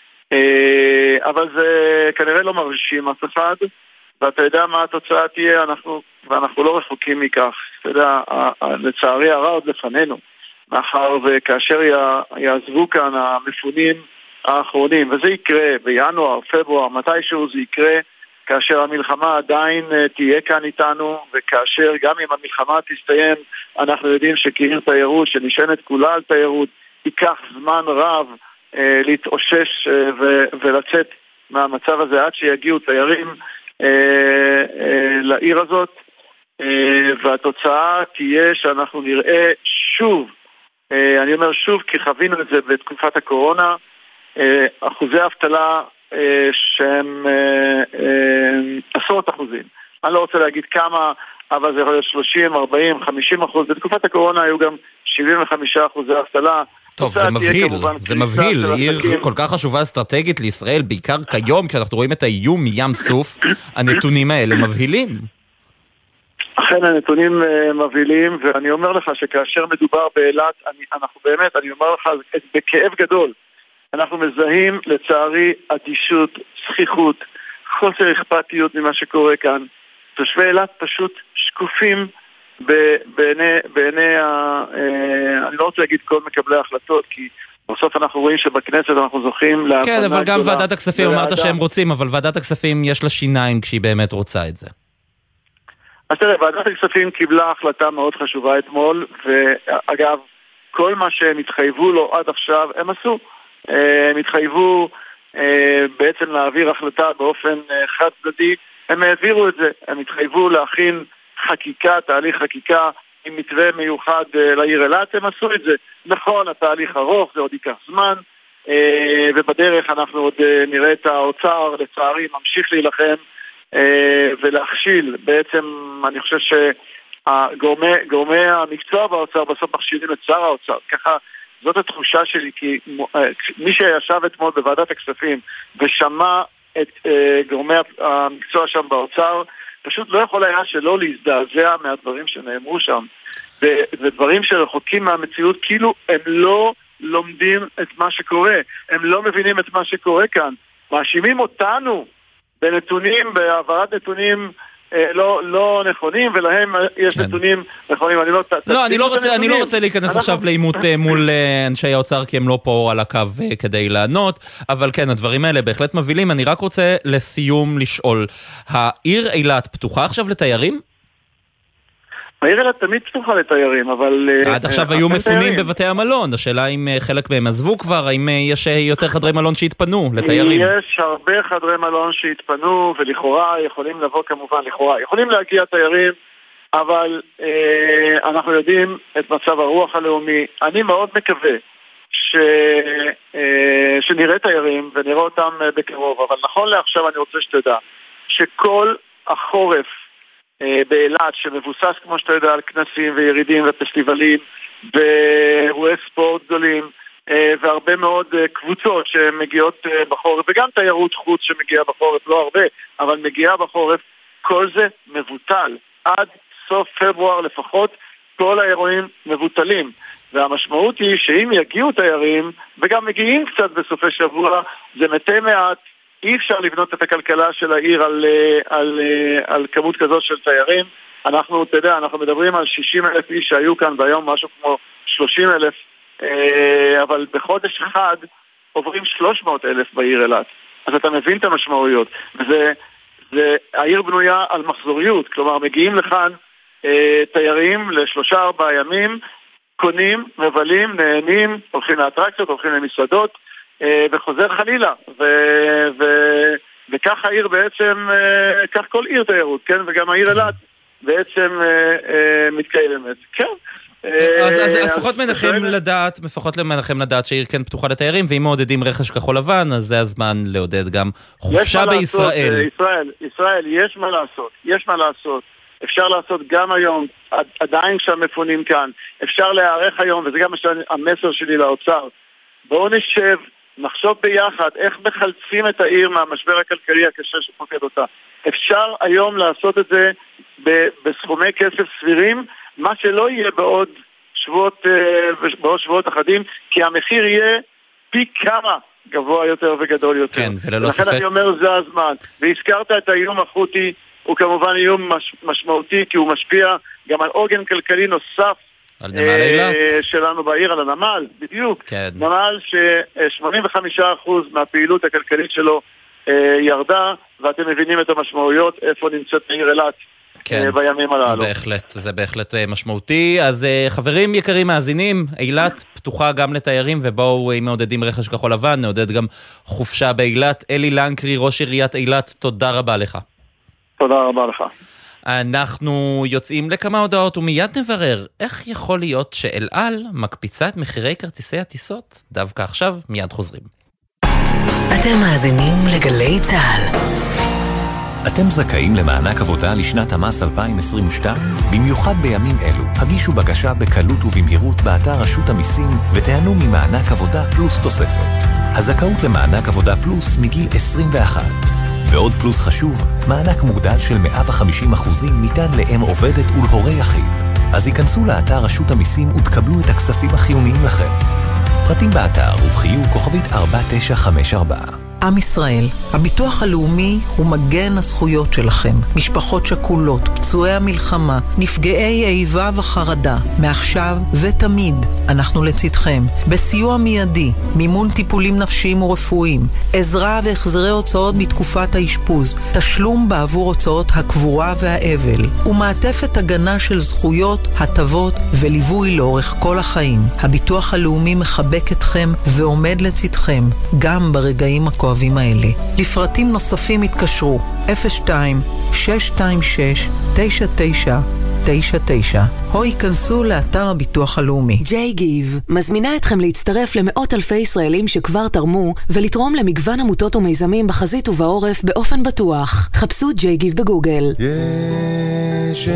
אבל זה כנראה לא מרשים אף אחד, ואתה יודע מה התוצאה תהיה, אנחנו, ואנחנו לא רחוקים מכך, אתה יודע, לצערי הרע עוד לפנינו, מאחר וכאשר יעזבו כאן המפונים האחרונים, וזה יקרה בינואר, פברואר, מתישהו זה יקרה, כאשר המלחמה עדיין תהיה כאן איתנו, וכאשר גם אם המלחמה תסתיים, אנחנו יודעים שכעיר תיירות, שנשענת כולה על תיירות, ייקח זמן רב אה, להתאושש אה, ו- ולצאת מהמצב הזה עד שיגיעו תיירים אה, אה, לעיר הזאת, אה, והתוצאה תהיה שאנחנו נראה שוב, אה, אני אומר שוב כי חווינו את זה בתקופת הקורונה, אה, אחוזי אבטלה שהם עשרות אחוזים. אני לא רוצה להגיד כמה, אבל זה יכול להיות שלושים, ארבעים, חמישים אחוז. בתקופת הקורונה היו גם שבעים וחמישה אחוזי אבטלה. טוב, זה מבהיל, זה מבהיל. עיר כל כך חשובה אסטרטגית לישראל, בעיקר כיום, כשאנחנו רואים את האיום מים סוף, הנתונים האלה מבהילים. אכן הנתונים מבהילים, ואני אומר לך שכאשר מדובר באילת, אנחנו באמת, אני אומר לך, בכאב גדול, אנחנו מזהים לצערי אדישות, שכיחות, חוסר אכפתיות ממה שקורה כאן. תושבי אילת פשוט שקופים בעיני, בעיני ה... אני לא רוצה להגיד כל מקבלי ההחלטות, כי בסוף אנחנו רואים שבכנסת אנחנו זוכים להפנה כן, אבל גם גדולה. ועדת הכספים אמרת שהם רוצים, אבל ועדת הכספים יש לה שיניים כשהיא באמת רוצה את זה. אז תראה, ועדת הכספים קיבלה החלטה מאוד חשובה אתמול, ואגב, כל מה שהם התחייבו לו עד עכשיו, הם עשו. הם התחייבו בעצם להעביר החלטה באופן חד צדדי, הם העבירו את זה, הם התחייבו להכין חקיקה, תהליך חקיקה עם מתווה מיוחד לעיר אילת, הם עשו את זה. נכון, התהליך ארוך, זה עוד ייקח זמן, ובדרך אנחנו עוד נראה את האוצר, לצערי, ממשיך להילחם ולהכשיל. בעצם אני חושב שגורמי המקצוע באוצר בסוף מכשילים את שר האוצר, ככה זאת התחושה שלי, כי מי שישב אתמול בוועדת הכספים ושמע את uh, גורמי המקצוע שם באוצר, פשוט לא יכול היה שלא להזדעזע מהדברים שנאמרו שם. ודברים שרחוקים מהמציאות, כאילו הם לא לומדים את מה שקורה, הם לא מבינים את מה שקורה כאן. מאשימים אותנו בנתונים, בהעברת נתונים לא, לא נכונים, ולהם יש כן. נתונים נכונים. אני לא, לא, אני לא רוצה, אני לא רוצה להיכנס אנחנו... עכשיו לעימות מול אנשי האוצר, כי הם לא פה על הקו כדי לענות, אבל כן, הדברים האלה בהחלט מבהילים. אני רק רוצה לסיום לשאול, העיר אילת פתוחה עכשיו לתיירים? העיר אילת תמיד פתוחה לתיירים, אבל... עד עכשיו היו מפונים בבתי המלון, השאלה אם חלק מהם עזבו כבר, האם יש יותר חדרי מלון שהתפנו לתיירים? יש הרבה חדרי מלון שהתפנו, ולכאורה יכולים לבוא כמובן, לכאורה יכולים להגיע תיירים, אבל אה, אנחנו יודעים את מצב הרוח הלאומי. אני מאוד מקווה ש, אה, שנראה תיירים ונראה אותם בקרוב, אבל נכון לעכשיו אני רוצה שתדע, שכל החורף באילת, שמבוסס כמו שאתה יודע על כנסים וירידים ופסטיבלים ואירועי ספורט גדולים והרבה מאוד קבוצות שמגיעות בחורף, וגם תיירות חוץ שמגיעה בחורף, לא הרבה, אבל מגיעה בחורף, כל זה מבוטל. עד סוף פברואר לפחות כל האירועים מבוטלים, והמשמעות היא שאם יגיעו תיירים, וגם מגיעים קצת בסופי שבוע, זה מתי מעט, אי אפשר לבנות את הכלכלה של העיר על, על, על כמות כזאת של תיירים. אנחנו, אתה יודע, אנחנו מדברים על שישים אלף איש שהיו כאן, והיום משהו כמו שלושים אלף, אבל בחודש אחד עוברים שלוש מאות אלף בעיר אילת. אז אתה מבין את המשמעויות. וזה, זה, העיר בנויה על מחזוריות, כלומר מגיעים לכאן תיירים לשלושה ארבעה ימים, קונים, מבלים, נהנים, הולכים לאטרקציות, הולכים למסעדות, וחוזר חלילה, ו... ו... וכך העיר בעצם, כך כל עיר תיירות, כן? וגם העיר אילת בעצם מתקיימת, כן. אז, אז לפחות מנחם לדעת, לפחות מנחם לדעת שהעיר כן פתוחה לתיירים, ואם מעודדים רכש כחול לבן, אז זה הזמן לעודד גם חופשה בישראל. לעשות, ישראל, ישראל, יש מה לעשות, יש מה לעשות. אפשר לעשות גם היום, עדיין כשהמפונים כאן, אפשר להיערך היום, וזה גם המסר שלי לאוצר. בואו נשב, נחשוב ביחד איך מחלצים את העיר מהמשבר הכלכלי הקשה שפוקד אותה. אפשר היום לעשות את זה בסכומי כסף סבירים, מה שלא יהיה בעוד שבועות, בעוד שבועות אחדים, כי המחיר יהיה פי כמה גבוה יותר וגדול יותר. כן, וללא ספק. לכן אני אומר, זה הזמן. והזכרת את האיום החותי, הוא כמובן איום מש, משמעותי, כי הוא משפיע גם על עוגן כלכלי נוסף על נמל אילת שלנו בעיר, על הנמל, בדיוק. כן. נמל ש-שמונים וחמישה אחוז מהפעילות הכלכלית שלו ירדה, ואתם מבינים את המשמעויות, איפה נמצאת העיר אילת. כן, בימים הללו. בהחלט, זה בהחלט משמעותי. אז חברים יקרים מאזינים, אילת פתוחה גם לתיירים, ובואו אם מעודדים רכש כחול לבן, נעודד גם חופשה באילת. אלי לנקרי, ראש עיריית אילת, תודה רבה לך. תודה רבה לך. אנחנו יוצאים לכמה הודעות ומיד נברר איך יכול להיות שאל על מקפיצה את מחירי כרטיסי הטיסות. דווקא עכשיו, מיד חוזרים. אתם מאזינים לגלי צהל. אתם זכאים למענק עבודה לשנת המס אלפיים עשרים ושתיים? במיוחד בימים אלו, הגישו בקשה בקלות ובמהירות באתר רשות המיסים ותענו ממענק עבודה פלוס תוספת. הזכאות למענק עבודה פלוס מגיל עשרים ואחת. ועוד פלוס חשוב, מענק מוגדל של מאה וחמישים אחוז ניתן לאם עובדת ולהורה יחיד. אז ייכנסו לאתר רשות המיסים ותקבלו את הכספים החיוניים לכם. פרטים באתר ובחיו כוכבית ארבע תשע חמש ארבע. עם ישראל, הביטוח הלאומי הוא מגן הזכויות שלכם. משפחות שכולות, פצועי המלחמה, נפגעי איבה וחרדה. מעכשיו ותמיד אנחנו לצדכם. בסיוע מיידי, מימון טיפולים נפשיים ורפואיים, עזרה והחזרי הוצאות בתקופת האשפוז, תשלום בעבור הוצאות הקבורה והאבל, ומעטפת הגנה של זכויות, הטבות וליווי לאורך כל החיים. הביטוח הלאומי מחבק אתכם ועומד לצדכם, גם ברגעים הכואבים האלה. לפרטים נוספים התקשרו אפס שתיים שש שתיים שש תשע תשע תשע תשע או ייכנסו לאתר הביטוח הלאומי. ג'יי גיב מזמינה אתכם להצטרף למאות אלפי ישראלים שכבר תרמו ולתרום למגוון עמותות ומיזמים בחזית ובעורף באופן בטוח. חפשו ג'יי גיב בגוגל. יש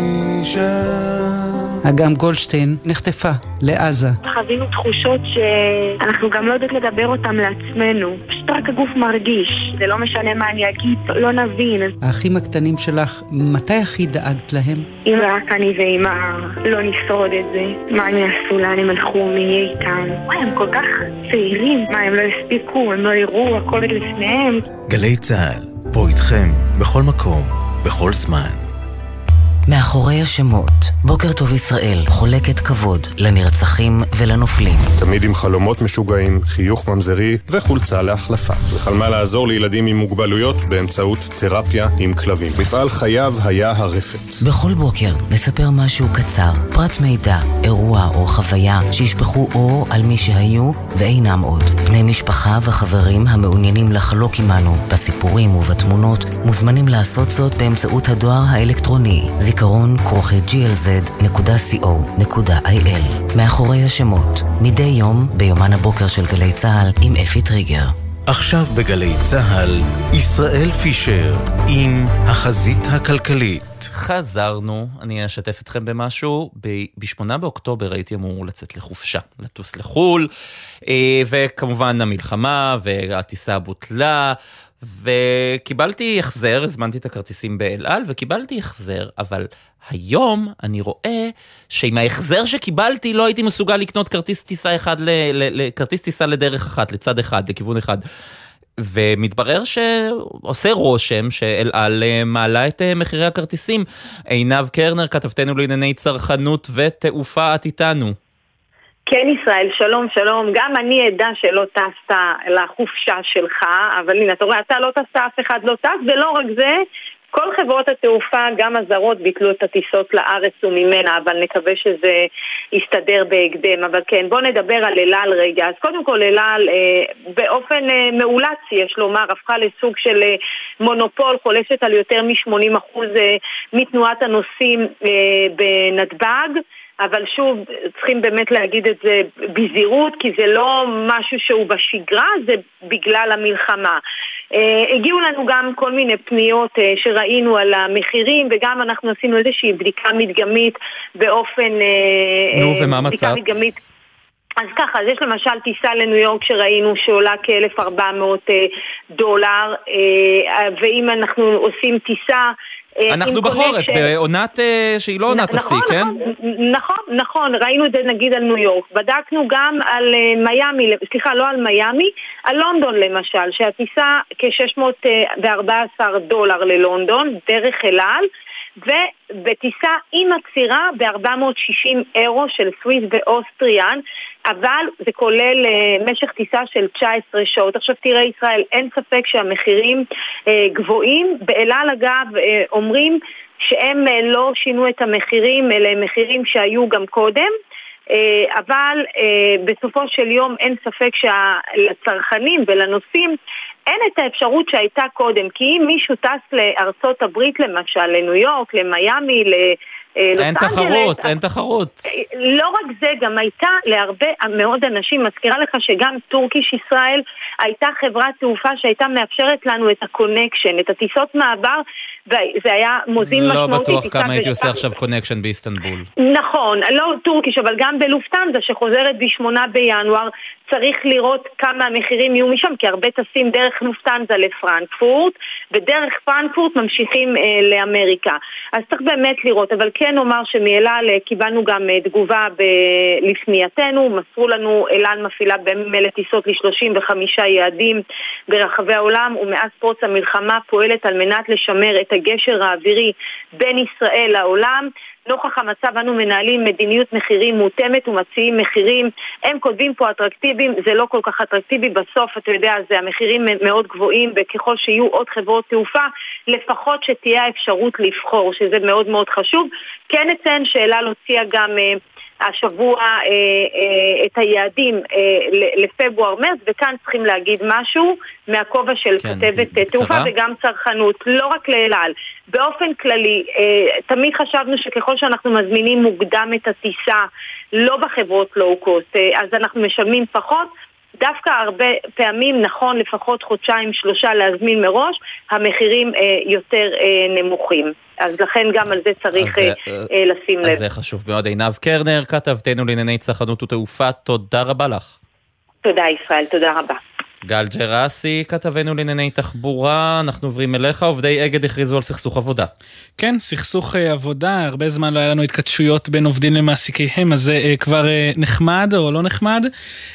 אישה אגם גולדשטיין נחטפה לעזה. חווינו תחושות שאנחנו גם לא יודעות לדבר אותם לעצמנו. פשוט רק הגוף מרגיש. זה לא משנה מה אני אגיד, לא נבין. האחים הקטנים שלך, מתי הכי דאגת להם? אם רק אני ואמא לא נשרוד את זה, מה הם יעשו, לאן הם הלכו, מי יהיה איתם? וואי, הם כל כך צעירים. מה, הם לא הספיקו, הם לא יראו, הכל לפניהם. גלי צהל, פה איתכם, בכל מקום, בכל זמן. מאחורי השמות, בוקר טוב ישראל חולקת כבוד לנרצחים ולנופלים. תמיד עם חלומות משוגעים, חיוך ממזרי וחולצה להחלפה. וחלמה לעזור לילדים עם מוגבלויות באמצעות תרפיה עם כלבים. מפעל חייו היה הרפת. בכל בוקר נספר משהו קצר, פרט מידע, אירוע או חוויה שישפכו אור על מי שהיו ואינם עוד. בני משפחה וחברים המעוניינים לחלוק עמנו בסיפורים ובתמונות מוזמנים לעשות זאת באמצעות הדואר האלקטרוני זיכרון כרוכי ג'י אל זד נקודה סי או נקודה איי אל. מאחורי השמות, מדי יום ביומן הבוקר של גלי צהל עם אפי טריגר. עכשיו בגלי צהל, ישראל פישר עם החזית הכלכלית. חזרנו, אני אשתף אתכם במשהו. בשמונה באוקטובר הייתי אמור לצאת לחופשה, לטוס לחול, וכמובן המלחמה והטיסה בוטלה, וקיבלתי החזר, הזמנתי את הכרטיסים באל על וקיבלתי החזר, אבל היום אני רואה שעם ההחזר שקיבלתי לא הייתי מסוגל לקנות כרטיס טיסה אחד, ל, ל, ל, כרטיס טיסה לדרך אחת, לצד אחד, לכיוון אחד. ומתברר שעושה רושם שאל על מעלה את מחירי הכרטיסים. עינב קרנר, כתבתנו לענייני צרכנות ותעופה, את איתנו. כן ישראל, שלום שלום, גם אני עדה שלא טסת לחופשה שלך, אבל הנה, אתה רואה, אתה לא טסת, אף אחד לא טס, ולא רק זה, כל חברות התעופה, גם הזרות, ביטלו את הטיסות לארץ וממנה, אבל נקווה שזה יסתדר בהקדם. אבל כן, בוא נדבר על אל על רגע. אז קודם כל, אל על אה, באופן אה, מאולץ, יש לומר, הפכה לסוג של אה, מונופול, חולשת על יותר מ-שמונים אחוז אה, מתנועת הנוסעים אה, בנתב"ג, אבל שוב, צריכים באמת להגיד את זה בזהירות, כי זה לא משהו שהוא בשגרה, זה בגלל המלחמה. Uh, הגיעו לנו גם כל מיני פניות uh, שראינו על המחירים, וגם אנחנו עשינו איזושהי בדיקה מדגמית באופן... נו, uh, ומה מצאת? מדגמית. אז ככה, אז יש למשל טיסה לניו יורק שראינו שעולה כ-אלף וארבע מאות דולר, ואם אנחנו עושים טיסה... אנחנו בחורף, בעונת שהיא לא עונת השיא, כן? נכון, נכון, ראינו את זה נגיד על ניו יורק. בדקנו גם על מיאמי, סליחה, לא על מיאמי, על לונדון למשל, שהטיסה כ-שש מאות וארבע עשרה דולר ללונדון, דרך אל על, ובטיסה עם הקצירה ב-ארבע מאות ושישים אירו של סוויס ואוסטריאן, אבל זה כולל uh, משך טיסה של תשע עשרה שעות. עכשיו תראה ישראל, אין ספק שהמחירים uh, גבוהים. באל על אגב uh, אומרים שהם uh, לא שינו את המחירים, אלה מחירים שהיו גם קודם, uh, אבל uh, בסופו של יום אין ספק שלצרכנים ולנוסעים אין את האפשרות שהייתה קודם, כי אם מישהו טס לארצות הברית למשל, לניו יורק, למיאמי, ל... אין תחרות, אין תחרות. לא רק זה, גם הייתה להרבה מאוד אנשים, מזכירה לך שגם טורקיש ישראל הייתה חברת תעופה שהייתה מאפשרת לנו את הקונקשן, את הטיסות מעבר, וזה היה מוזיל משמעותי. לא בטוח כמה הייתי עושה עכשיו קונקשן באיסטנבול. נכון, לא טורקיש, אבל גם בלופטנזה שחוזרת בשמונה בינואר, צריך לראות כמה המחירים יהיו משם, כי הרבה טסים דרך לופטנזה לפרנקפורט, ודרך פרנקפורט ממשיכים אה, לאמריקה. אז צריך באמת לראות, אבל כן אומר שמאל על קיבלנו גם תגובה ב- לפנייתנו, מסרו לנו אל על מפעילה במילא טיסות ל-שלושים וחמישה יעדים ברחבי העולם, ומאז פרוץ המלחמה פועלת על מנת לשמר את הגשר האווירי בין ישראל לעולם. נוכח המצב אנו מנהלים מדיניות מחירים מותאמת ומציעים מחירים, הם כותבים פה אטרקטיביים, זה לא כל כך אטרקטיבי, בסוף אתה יודע, זה המחירים מאוד גבוהים, וככל שיהיו עוד חברות תעופה, לפחות שתהיה האפשרות לבחור, שזה מאוד מאוד חשוב. כן אציין שאל על הוציאה גם השבוע אה, אה, את היעדים אה, לפברואר מרץ, וכאן צריכים להגיד משהו מהכובע של כן, כתבת תעופה וגם צרכנות, לא רק לאל על. באופן כללי, אה, תמיד חשבנו שככל שאנחנו מזמינים מוקדם את הטיסה, לא בחברות לואו-קוסט, אה, אז אנחנו משלמים פחות, דווקא הרבה פעמים נכון לפחות חודשיים שלושה להזמין מראש, המחירים אה, יותר אה, נמוכים. אז לכן גם על זה צריך אה, אה, לשים לב. אז זה חשוב מאוד. עינב קרנר, כתבתנו לענייני צרכנות ותעופה, תודה רבה לך. תודה ישראל, תודה רבה. גל ג'רסי, כתבנו לענייני תחבורה, אנחנו עוברים אליך, עובדי אגד הכריזו על סכסוך עבודה. כן, סכסוך עבודה, הרבה זמן לא היה לנו התכתשויות בין עובדים למעסיקיהם, אז זה כבר נחמד או לא נחמד.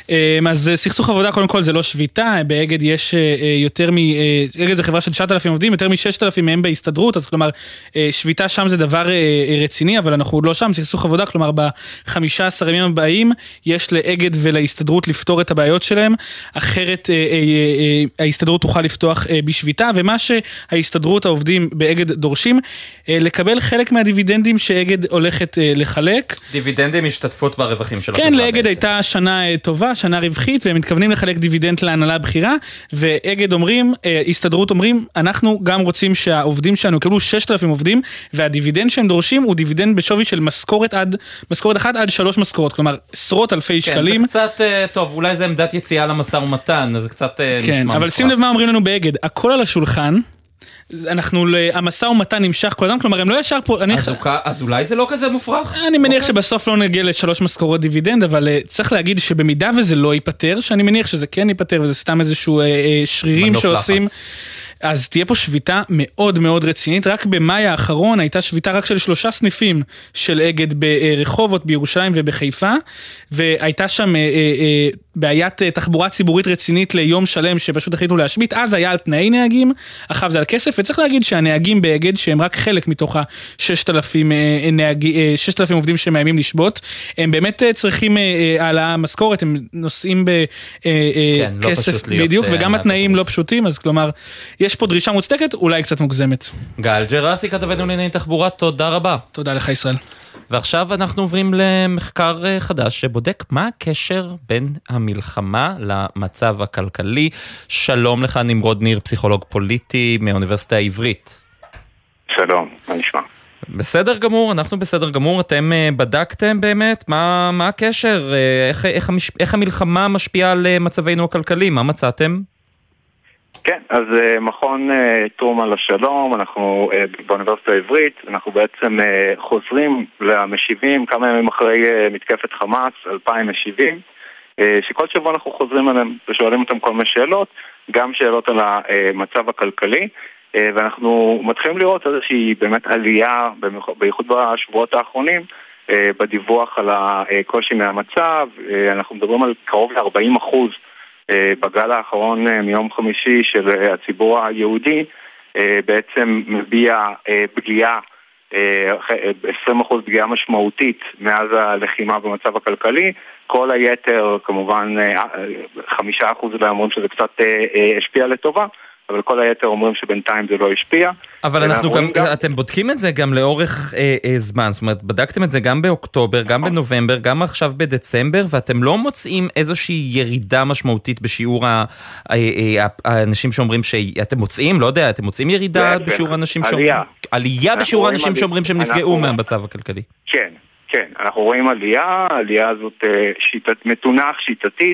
אז סכסוך עבודה קודם כל זה לא שביתה, באגד יש יותר מ... אגד זה חברה של תשעת אלפים עובדים, יותר מ-ששת אלפים מהם בהסתדרות, אז כלומר שביתה שם זה דבר רציני, אבל אנחנו עוד לא שם, סכסוך עבודה, כלומר ב-חמישה עשר ימים הבאים יש לאגד ולהסתדרות לפתור את הבעיות שלהם, אחרת ההסתדרות תוכל לפתוח בשביתה, ומה שההסתדרות העובדים באגד דורשים, לקבל חלק מהדיבידנדים שאגד הולכת לחלק. דיבידנדים השתתפות ברווחים של החברה. כן, לאגד הייתה שנה טובה, שנה רווחית, והם מתכוונים לחלק דיבידנד להנהלה הבכירה, ואגד אומרים, הסתדרות אומרים, אנחנו גם רוצים שהעובדים שלנו יקבלו ששת אלפים עובדים, והדיבידנד שהם דורשים הוא דיבידנד בשווי של משכורת עד, משכורת אחת עד שלוש משכורות, כלומר עשרות אלפי שקלים. כן, זה קצת טוב, אולי זה עמדת יציאה למשא ומתן, זה קצת נשמע כן, אבל שים לב מה אומרים לנו באגד, הכל על השולחן, אנחנו, המשא ומתן נמשך כל אדם, כלומר הם לא ישר פה, אז, אני... אז אולי זה לא כזה מופרך? אני מניח שבסוף לא נגיע לשלוש משכורות דיבידנד, אבל צריך להגיד שבמידה וזה לא ייפטר, שאני מניח שזה כן ייפטר, וזה סתם איזשהו שרירים שעושים, אז תהיה פה שביתה מאוד מאוד רצינית. רק במאי האחרון הייתה שביתה רק של שלושה סניפים של אגד ברחובות, בירושלים ובחיפה, והייתה שם אה, אה, בעיית תחבורה ציבורית רצינית ליום שלם שפשוט החליטו להשבית. אז היה על תנאי נהגים, אחר זה על כסף, וצריך להגיד שהנהגים באגד, שהם רק חלק מתוך ה-ששת אלפים ששת אלפים עובדים שמאיימים לשבות, הם באמת צריכים העלאה משכורת, הם נוסעים בכסף כן, לא בדיוק, וגם התנאים לא פשוטים, אז כלומר, יש פה דרישה מוצדקת, אולי קצת מוגזמת. גל ג'רסי, כתבנו לענייני תחבורה, תודה רבה. תודה לך ישראל. ועכשיו אנחנו עוברים למחקר חדש שבודק מה הקשר בין המלחמה למצב הכלכלי. שלום לך נמרוד ניר, פסיכולוג פוליטי מהאוניברסיטה העברית. שלום, מה נשמע? בסדר גמור, אנחנו בסדר גמור. אתם בדקתם באמת מה, מה הקשר, איך, איך, המש, איך המלחמה משפיעה על מצבנו הכלכלי, מה מצאתם? כן, אז מכון טרומן לשלום, אנחנו באוניברסיטה העברית, אנחנו בעצם חוזרים למשיבים כמה ימים אחרי מתקפת חמאס, אלפיים משיבים, שכל שבוע אנחנו חוזרים עליהם ושואלים אותם כל מיני שאלות, גם שאלות על המצב הכלכלי, ואנחנו מתחילים לראות איזושהי באמת עלייה, בייחוד בשבועות האחרונים, בדיווח על הקושי מהמצב. אנחנו מדברים על קרוב ל-ארבעים אחוז בגל האחרון מיום חמישי של הציבור היהודי, בעצם מביע פגיעה, עשרים אחוז פגיעה משמעותית מאז הלחימה במצב הכלכלי. כל היתר, כמובן, חמישה אחוז אומרים שזה קצת השפיע לטובה, אבל כל היתר אומרים שבינתיים זה לא השפיע. אבל אנחנו גם, גם, אתם בודקים את זה גם לאורך אה, אה, זמן, זאת אומרת, בדקתם את זה גם באוקטובר, גם בנובמבר, גם עכשיו בדצמבר, ואתם לא מוצאים איזושהי ירידה משמעותית בשיעור ה, אה, אה, האנשים שאומרים שאתם מוצאים, לא יודע, אתם מוצאים ירידה כן, בשיעור כן. האנשים עלייה. שאומרים, עלייה בשיעור האנשים שאומרים שהם נפגעו אנחנו... מהמצב הכלכלי. כן, כן, אנחנו רואים עלייה, העלייה הזאת שיטת, מתונח, שיטתית,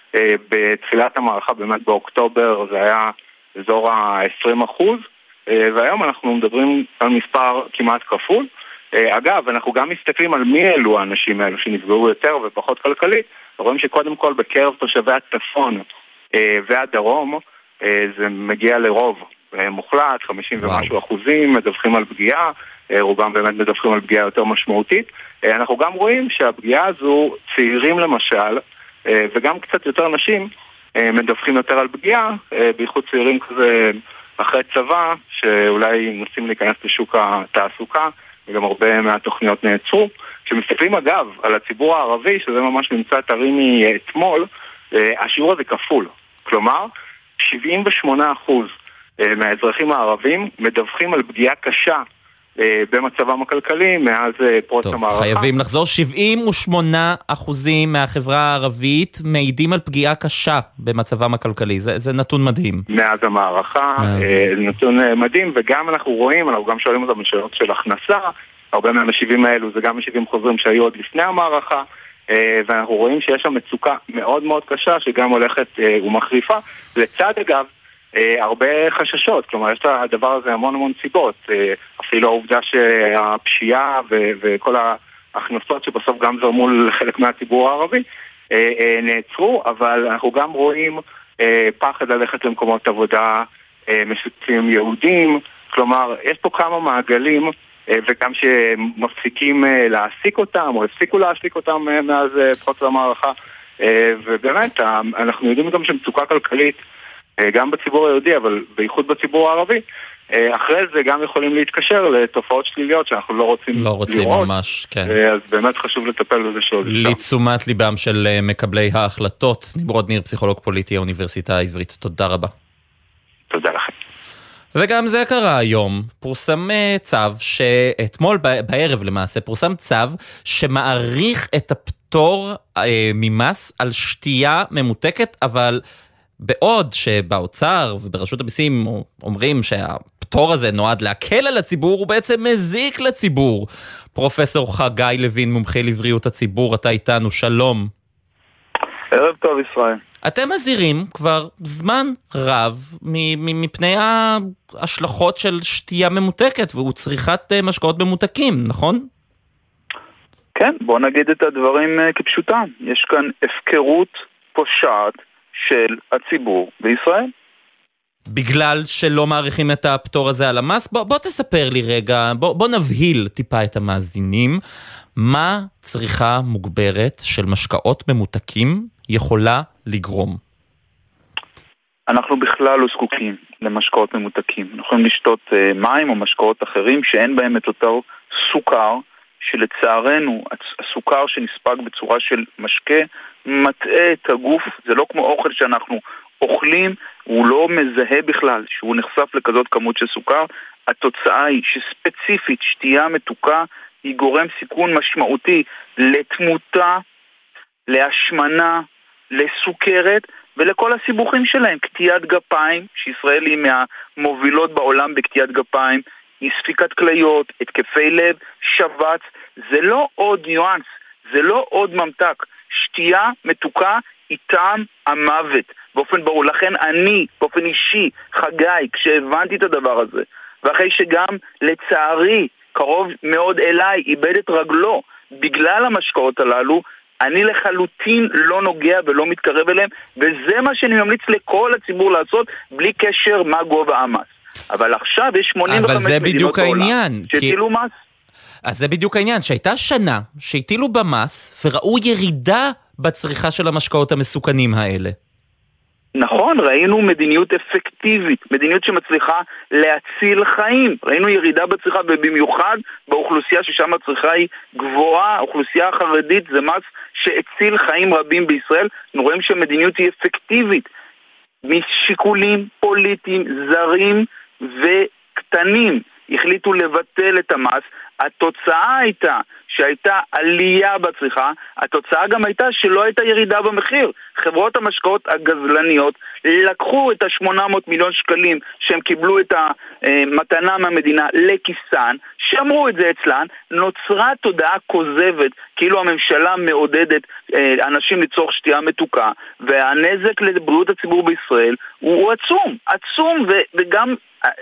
בתחילת המערכה, באמת באוקטובר זה היה אזור ה-עשרים אחוז, והיום אנחנו מדברים על מספר כמעט כפול. אגב, אנחנו גם מסתכלים על מי אלו האנשים האלו שנפגעו יותר ופחות כלכלית, רואים שקודם כל בקרב תושבי הצפון והדרום, זה מגיע לרוב מוחלט, חמישים ומשהו אחוזים מדווחים על פגיעה, רובם באמת מדווחים על פגיעה יותר משמעותית. אנחנו גם רואים שהפגיעה הזו, צעירים למשל, וגם קצת יותר נשים, מדווחים יותר על פגיעה, בייחוד צעירים כזה אחרי צבא, שאולי נוסעים להיכנס לשוק התעסוקה, וגם הרבה מהתוכניות נעצרו. כשמסתכלים אגב על הציבור הערבי, שזה ממש נמצא טרי מאתמול, השיעור הזה כפול. כלומר, שבעים ושמונה אחוז מהאזרחים הערבים מדווחים על פגיעה קשה במצבם הכלכלי מאז פרוץ המערכה. חייבים לחזור, שבעים ושמונה אחוזים מהחברה הערבית מעידים על פגיעה קשה במצבם הכלכלי, זה, זה נתון מדהים. מאז המערכה, זה נתון מדהים, וגם אנחנו רואים, אנחנו גם שואלים אותם שאלות של הכנסה, הרבה מהמשיבים האלו זה גם משיבים חוזרים שהיו עוד לפני המערכה, ואנחנו רואים שיש שם מצוקה מאוד מאוד קשה שגם הולכת ומחריפה, לצד אגב הרבה חששות, כלומר יש לדבר הזה המון המון סיבות, אפילו העובדה שהפשיעה וכל ההכנסות שבסוף גם זרמו לחלק מהציבור הערבי נעצרו, אבל אנחנו גם רואים פחד ללכת למקומות עבודה משותפים יהודים, כלומר יש פה כמה מעגלים, וגם שמפסיקים להעסיק אותם או הפסיקו להעסיק אותם מאז פרוץ המערכה, ובאמת אנחנו יודעים גם שמצוקה כלכלית גם בציבור היהודי, אבל בייחוד בציבור הערבי, אחרי זה גם יכולים להתקשר לתופעות שליליות שאנחנו לא רוצים לראות. לא רוצים לראות, ממש, כן. אז באמת חשוב לטפל בזה שעוד שם. לתשומת ליבם של מקבלי ההחלטות. נמרוד ניר, פסיכולוג פוליטי, האוניברסיטה העברית. תודה רבה. תודה לכם. וגם זה קרה היום. פורסם צו שאתמול בערב למעשה, פורסם צו שמעריך את הפטור ממס על שתייה ממותקת, אבל בעוד שבאוצר וברשות המיסים אומרים שהפטור הזה נועד להקל על הציבור, הוא בעצם מזיק לציבור. פרופסור חגי לוין, מומחה לבריאות הציבור, אתה איתנו, שלום. ערב טוב ישראל. אתם מזהירים כבר זמן רב מפני ההשלכות של שתייה ממותקת וצריכת משקאות ממותקים, נכון? כן, בוא נגיד את הדברים כפשוטם. יש כאן הפקרות פושעת של הציבור בישראל. בגלל שלא מעריכים את הפטור הזה על המס, בוא, בוא תספר לי רגע, בוא, בוא נבהיל טיפה את המאזינים, מה צריכה מוגברת של משקאות ממותקים יכולה לגרום? אנחנו בכלל לא זקוקים למשקאות ממותקים. אנחנו יכולים לשתות uh, מים או משקאות אחרים שאין בהם את אותו סוכר, שלצערנו הסוכר שנספג בצורה של משקה מטעה את הגוף. זה לא כמו אוכל שאנחנו אוכלים, הוא לא מזהה בכלל שהוא נחשף לכזאת כמות של סוכר. התוצאה היא שספציפית שתייה מתוקה היא גורם סיכון משמעותי לתמותה, להשמנה, לסוכרת ולכל הסיבוכים שלהם. קטיעת גפיים, שישראל היא מהמובילות בעולם בקטיעת גפיים, היא ספיקת כליות, התקפי לב, שבץ. זה לא עוד ניואנס, זה לא עוד ממתק. שתייה מתוקה היא טעם המוות באופן ברור. לכן אני באופן אישי, חגי, כשהבנתי את הדבר הזה, ואחרי שגם לצערי קרוב מאוד אליי איבד את רגלו בגלל המשקאות הללו, אני לחלוטין לא נוגע ולא מתקרב אליהם, וזה מה שאני ממליץ לכל הציבור לעשות, בלי קשר מה גובה המס. אבל עכשיו יש שמונים וחמש מדינות בעולם שהטילו מס. אז זה בדיוק העניין, שהייתה שנה שהטילו במס וראו ירידה בצריכה של המשקאות המסוכנים האלה. נכון, ראינו מדיניות אפקטיבית, מדיניות שמצליחה להציל חיים. ראינו ירידה בצריכה, ובמיוחד באוכלוסייה ששם הצריכה היא גבוהה, האוכלוסייה החרדית, זה מס שהציל חיים רבים בישראל. אנחנו רואים שהמדיניות היא אפקטיבית. משיקולים פוליטיים, זרים וקטנים החליטו לבטל את המס. התוצאה הייתה שהייתה עלייה בצריכה, התוצאה גם הייתה שלא הייתה ירידה במחיר. חברות המשקאות הגזלניות לקחו את ה-שמונה מאות מיליון שקלים שהם קיבלו את המתנה מהמדינה לכיסן, שמרו את זה אצלן, נוצרה תודעה כוזבת, כאילו הממשלה מעודדת אנשים לצורך שתייה מתוקה, והנזק לבריאות הציבור בישראל הוא עצום, עצום וגם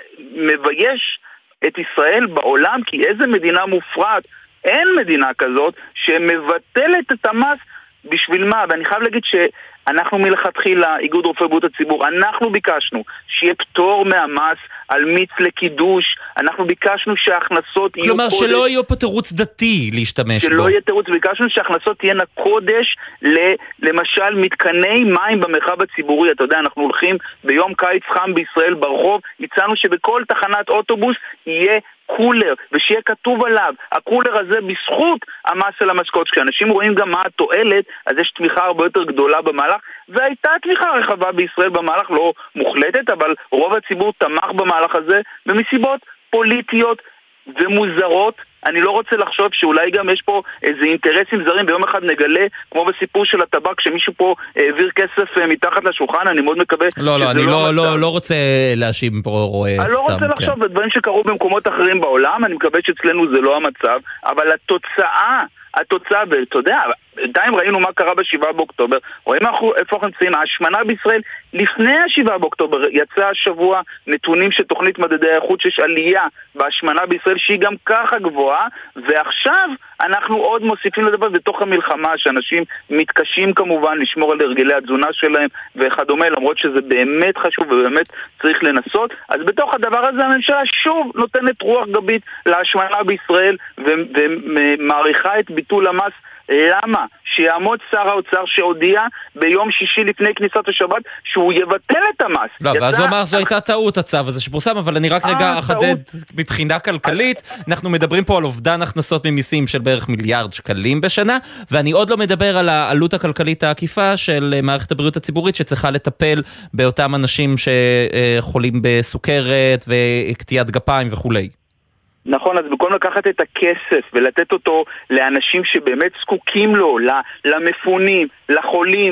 מבייש את ישראל בעולם, כי איזה מדינה מופרעת, אין מדינה כזאת שמבטלת את המס בשביל מה? ואני חייב להגיד שאנחנו מלכתחילה, איגוד רופאי בריאות הציבור, אנחנו ביקשנו שיהיה פטור מהמס על מיץ לקידוש, אנחנו ביקשנו שההכנסות יהיו כלומר, קודש. כלומר שלא יהיו פה תירוץ דתי להשתמש שלא בו. שלא יהיה תירוץ, ביקשנו שההכנסות תהיינה קודש, ל, למשל מתקני מים במרחב הציבורי. אתה יודע, אנחנו הולכים ביום קיץ חם בישראל ברחוב, הצענו שבכל תחנת אוטובוס יהיה קולר, ושיהיה כתוב עליו, הקולר הזה בזכות המס על המשקאות. כשאנשים רואים גם מה התועלת, אז יש תמיכה הרבה יותר גדולה במהלך, והייתה תמיכה רחבה בישראל במהלך, לא מוחלטת, אבל רוב הציבור תמך במהלך הזה, במסיבות פוליטיות ומוזרות. אני לא רוצה לחשוב שאולי גם יש פה איזה אינטרסים זרים, ביום אחד נגלה, כמו בסיפור של הטבק, שמישהו פה העביר כסף מתחת לשולחן. אני מאוד מקווה לא, לא, אני לא, לא, לא רוצה להאשים פה סתם. אני לא רוצה לחשוב כן. בדברים שקרו במקומות אחרים בעולם, אני מקווה שאצלנו זה לא המצב, אבל התוצאה, התוצאה, ואתה יודע, עדיין ראינו מה קרה בשבעה באוקטובר, רואים איפה אנחנו נמצאים, ההשמנה בישראל לפני השבעה באוקטובר, יצא השבוע נתונים של תוכנית מדדי האיכות שיש עלייה בהשמנה בישראל שהיא גם ככה גבוהה, ועכשיו אנחנו עוד מוסיפים לדבר בתוך המלחמה, שאנשים מתקשים כמובן לשמור על הרגלי התזונה שלהם וכדומה, למרות שזה באמת חשוב ובאמת צריך לנסות. אז בתוך הדבר הזה הממשלה שוב נותנת רוח גבית להשמנה בישראל ומעריכה את ביטול המס. למה? שיעמוד שר האוצר שהודיע ביום שישי לפני כניסת השבת שהוא יבטל את המס. לא, ואז הוא אמר זו הייתה טעות הצו הזה שפורסם, אבל אני רק רגע אחדד מבחינה כלכלית, אנחנו מדברים פה על אובדן הכנסות ממיסים של בערך מיליארד שקלים בשנה, ואני עוד לא מדבר על העלות הכלכלית העקיפה של מערכת הבריאות הציבורית שצריכה לטפל באותם אנשים שחולים בסוכרת וקטיעת גפיים וכולי. נכון, אז במקום לקחת את הכסף ולתת אותו לאנשים שבאמת זקוקים לו, למפונים, לחולים,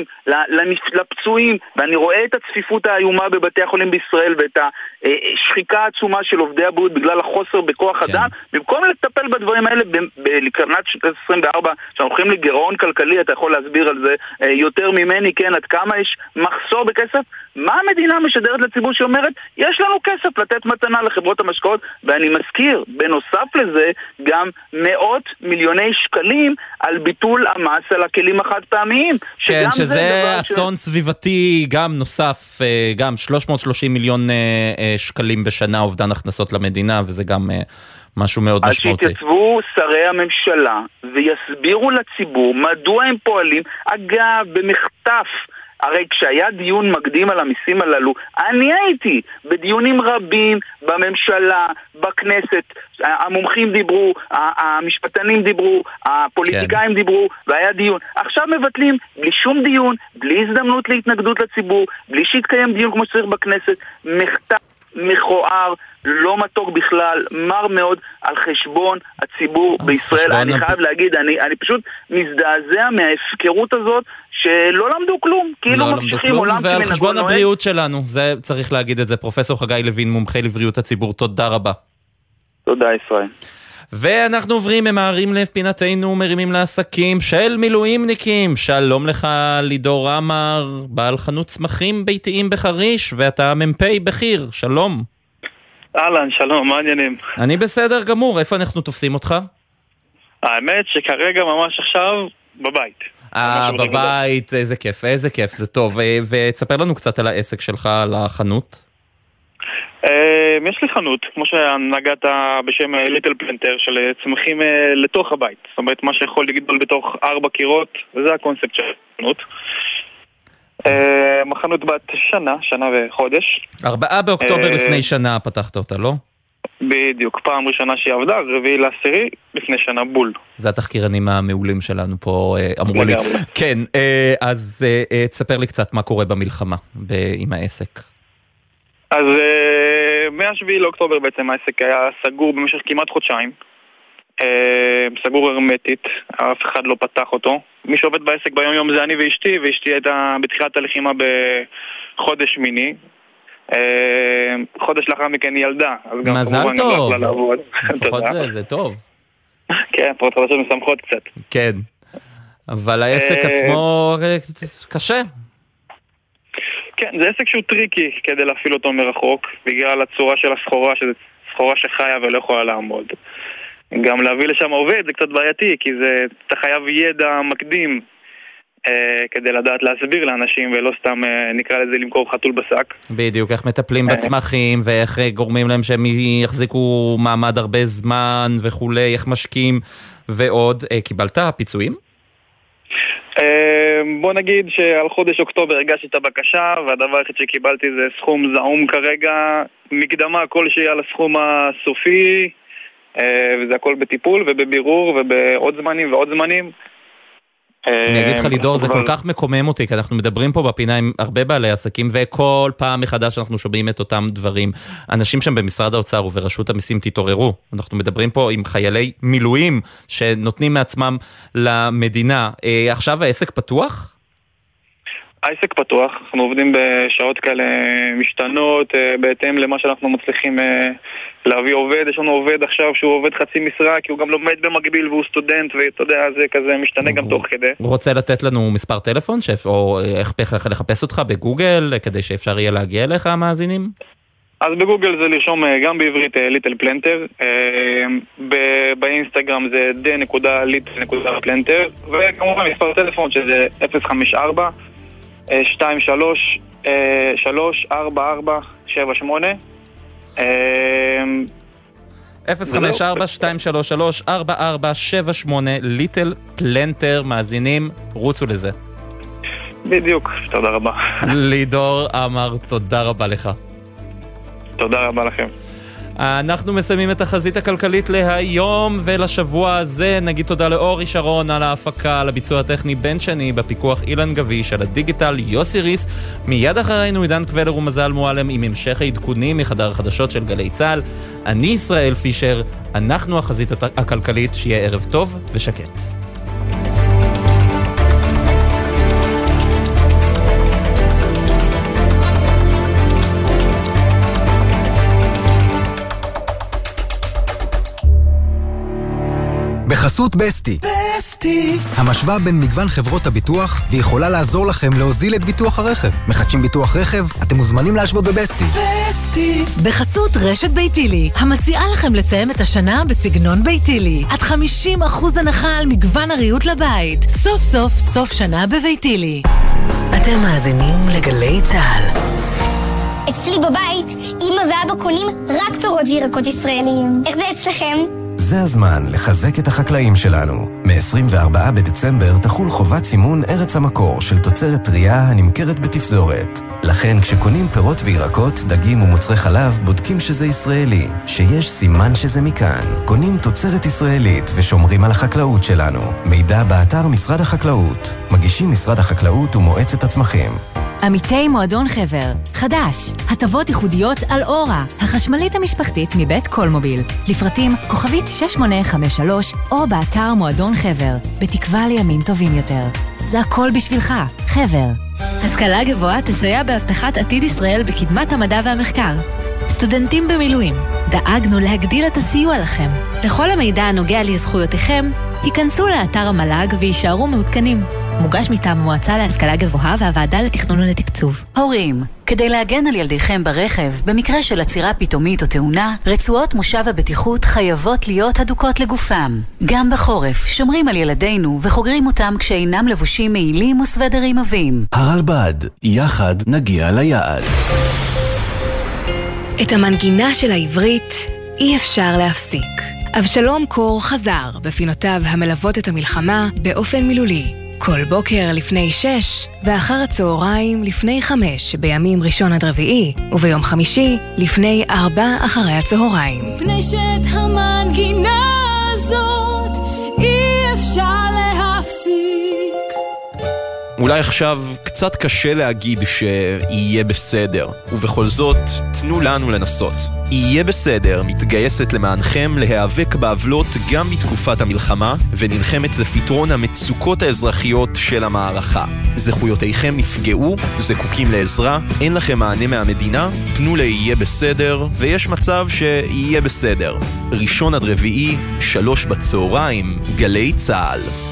לפצועים, ואני רואה את הצפיפות האיומה בבתי החולים בישראל ואת השחיקה העצומה של עובדי הבריאות בגלל החוסר בכוח אדם, במקום לטפל בדברים האלה לקראת עשרים וארבע, שאנחנו הולכים לגירעון כלכלי, אתה יכול להסביר על זה יותר ממני, כן, עד כמה יש מחסור בכסף, מה המדינה משדרת לציבור שאומרת, יש לנו כסף לתת מתנה לחברות המשקאות, ואני מזכיר, בנוסף לזה, גם מאות מיליוני שקלים על ביטול המס על הכלים החד פעמיים. כן, שזה אסון ש... סביבתי גם נוסף, גם שלוש מאות ושלושים מיליון שקלים בשנה אובדן הכנסות למדינה, וזה גם משהו מאוד אז משמעותי. אז שיתייצבו שרי הממשלה ויסבירו לציבור מדוע הם פועלים, אגב, במחטף. הרי כשהיה דיון מקדים על המיסים הללו, אני הייתי בדיונים רבים בממשלה, בכנסת, המומחים דיברו, המשפטנים דיברו, הפוליטיקאים כן. דיברו, והיה דיון. עכשיו מבטלים בלי שום דיון, בלי הזדמנות להתנגדות לציבור, בלי שיתקיים דיון כמו שצריך בכנסת, מחטף, מכוער, לא מתוק בכלל, מר מאוד על חשבון הציבור בישראל. אני חייב להגיד, אני, אני פשוט מזדעזע מההפקרות הזאת שלא למדו כלום, כאילו לא ממשיכים עולם כמנהגו נוהג. ועל חשבון הבריאות שלנו, זה צריך להגיד את זה. פרופסור חגי לוין, מומחה לבריאות הציבור, תודה רבה. תודה ישראל. ואנחנו עוברים, ממהרים לפינתנו, מרימים לעסקים של מילואימניקים. שלום לך לידור עמר, בעל חנות צמחים ביתיים בחריש, ואתה ממפי בחיר, שלום. אהלן, שלום, מה העניינים? אני בסדר גמור, איפה אנחנו תופסים אותך? האמת שכרגע ממש עכשיו בבית. אה, בבית, איזה כיף, איזה כיף, זה טוב. ותספר לנו קצת על העסק שלך, על החנות. יש לי חנות, כמו שנגעת בשם ליטל פלנטר, של צמחים לתוך הבית. זאת אומרת, מה שיכול לגדול בתוך ארבע קירות, וזה הקונספט של החנות. החנות בת שנה, שנה וחודש. ארבעה באוקטובר לפני שנה פתחת אותה, לא? בדיוק, פעם ראשונה שהיא עבדה, רביעי לעשירי, לפני שנה בול. זה התחקירנים המעולים שלנו פה, אמרו לי. כן, אז תספר לי קצת מה קורה במלחמה עם העסק. אז מהשביעי לאוקטובר בעצם העסק היה סגור במשך כמעט חודשיים. סגור הרמטית, אף אחד לא פתח אותו. מי שעובד בעסק ביום יום זה אני ואשתי, ואשתי הייתה בתחילת הלחימה בחודש מיני. חודש לאחר מכן היא ילדה. מזל טוב. לפחות זה, זה טוב. כן, פרוט חדשות משמחות קצת. כן, אבל העסק עצמו קשה. כן, זה עסק שהוא טריקי כדי להפעיל אותו מרחוק, בגלל הצורה של הסחורה, שזו סחורה שחיה ולא יכולה לעמוד. גם להביא לשם עובד זה קצת בעייתי, כי זה, אתה חייב ידע מקדים אה, כדי לדעת להסביר לאנשים, ולא סתם אה, נקרא לזה למכור חתול בשק. בדיוק, איך מטפלים בצמחים, ואיך גורמים להם שהם יחזיקו מעמד הרבה זמן וכולי, איך משקיעים ועוד. אה, קיבלת פיצויים? בוא נגיד שעל חודש אוקטובר הגשתי את הבקשה, והדבר היחיד שקיבלתי זה סכום זעום כרגע, מקדמה כלשהי על הסכום הסופי, וזה הכל בטיפול ובבירור ובעוד זמנים ועוד זמנים. אני אגיד לך לידור, זה כל כך מקומם אותי, כי אנחנו מדברים פה בפינה עם הרבה בעלי עסקים, וכל פעם מחדש אנחנו שומעים את אותם דברים. אנשים שם במשרד האוצר וברשות המיסים תתעוררו. אנחנו מדברים פה עם חיילי מילואים שנותנים מעצמם למדינה. עכשיו העסק פתוח? העסק פתוח, אנחנו עובדים בשעות כאלה משתנות, בהתאם למה שאנחנו מצליחים להביא עובד. יש לנו עובד עכשיו שהוא עובד חצי משרה, כי הוא גם לומד במקביל והוא סטודנט, ואתה יודע, זה כזה משתנה גם תוך כדי. הוא רוצה לתת לנו מספר טלפון, או איך לחפש אותך בגוגל, כדי שאפשר יהיה להגיע אליך המאזינים? אז בגוגל זה לרשום גם בעברית ליטל פלנטר, באינסטגרם זה ד נקודה ליטל נקודה פלנטר, וכמובן מספר טלפון שזה אפס חמש ארבע שתיים שלוש שלוש ארבע ארבע שבע שמונה אפס חמש ארבע שתיים שלוש שלוש ארבע ארבע שבע שמונה. ליטל פלנטר, מאזינים, רוצו לזה. בדיוק, תודה רבה. לידור אמר, תודה רבה לך. תודה רבה לכם. אנחנו מסיימים את החזית הכלכלית להיום ולשבוע הזה. נגיד תודה לאורי שרון על ההפקה, על הביצוע הטכני בן שני, בפיקוח אילן גביש, על הדיגיטל יוסי ריס. מיד אחרינו עידן קבלר ומזל מועלם עם המשך העדכונים מחדר החדשות של גלי צהל. אני ישראל פישר, אנחנו החזית הכלכלית, שיהיה ערב טוב ושקט. בחסות בסטי. בסטי. המשוואה בין מגוון חברות הביטוח, ויכולה לעזור לכם להוזיל את ביטוח הרכב. מחדשים ביטוח רכב? אתם מוזמנים להשוות בבסטי. בסטי. בחסות רשת ביתילי, המציעה לכם לסיים את השנה בסגנון ביתילי. עד חמישים אחוז הנחה על מגוון הריהוט לבית. סוף סוף סוף שנה בביתילי. אתם מאזינים לגלי צהל. אצלי בבית, אמא ואבא קונים רק פירות וירקות ישראליים. איך זה אצלכם? זה הזמן לחזק את החקלאים שלנו. מ-עשרים וארבעה בדצמבר תחול חובת סימון ארץ המקור של תוצרת טריה הנמכרת בתפזורת. לכן כשקונים פירות וירקות, דגים ומוצרי חלב, בודקים שזה ישראלי, שיש סימן שזה מכאן. קונים תוצרת ישראלית ושומרים על החקלאות שלנו. מידע באתר משרד החקלאות. מגישים משרד החקלאות ומועצת הצמחים. עמיתי מועדון חבר, חדש, הטבות ייחודיות על אורה, החשמלית המשפחתית מבית קולמוביל. לפרטים כוכבית שש שמונה חמש שלוש או באתר מועדון חבר, בתקווה לימים טובים יותר. זה הכל בשבילך, חבר. השכלה גבוהה תסייע בהבטחת עתיד ישראל בקדמת המדע והמחקר. סטודנטים במילואים, דאגנו להגדיל את הסיוע לכם. לכל המידע הנוגע לזכויותיכם, ייכנסו לאתר המל"ג ויישארו מעודכנים. מוגש מטעם המועצה להשכלה גבוהה והוועדה לתכנון ולתקצוב. הורים, כדי להגן על ילדיכם ברכב, במקרה של עצירה פתאומית או תאונה, רצועות מושב הבטיחות חייבות להיות הדוקות לגופם. גם בחורף שומרים על ילדינו וחוגרים אותם כשאינם לבושים מעילים וסוודרים עבים. הרלב"ד, יחד נגיע ליעד. את המנגינה של העברית אי אפשר להפסיק. אבשלום קור חזר בפינותיו המלוות את המלחמה באופן מילולי. כל בוקר לפני שש ואחר הצהריים לפני חמש בימים ראשון עד רביעי וביום חמישי לפני ארבע אחרי הצהריים. פני שאת המנגינה הזאת אי אפשר להפסיק. אולי עכשיו קצת קשה להגיד שיהיה בסדר, ובכל זאת תנו לנו לנסות. יהיה בסדר מתגייסת למענכם להיאבק בעוולות גם בתקופת המלחמה, ונלחמת לפתרון המצוקות האזרחיות של המערכה. זכויותיכם נפגעו, זקוקים לעזרה, אין לכם מענה מהמדינה, תנו ליהיה בסדר, ויש מצב שיהיה בסדר. ראשון עד רביעי, שלוש בצהריים, גלי צהל.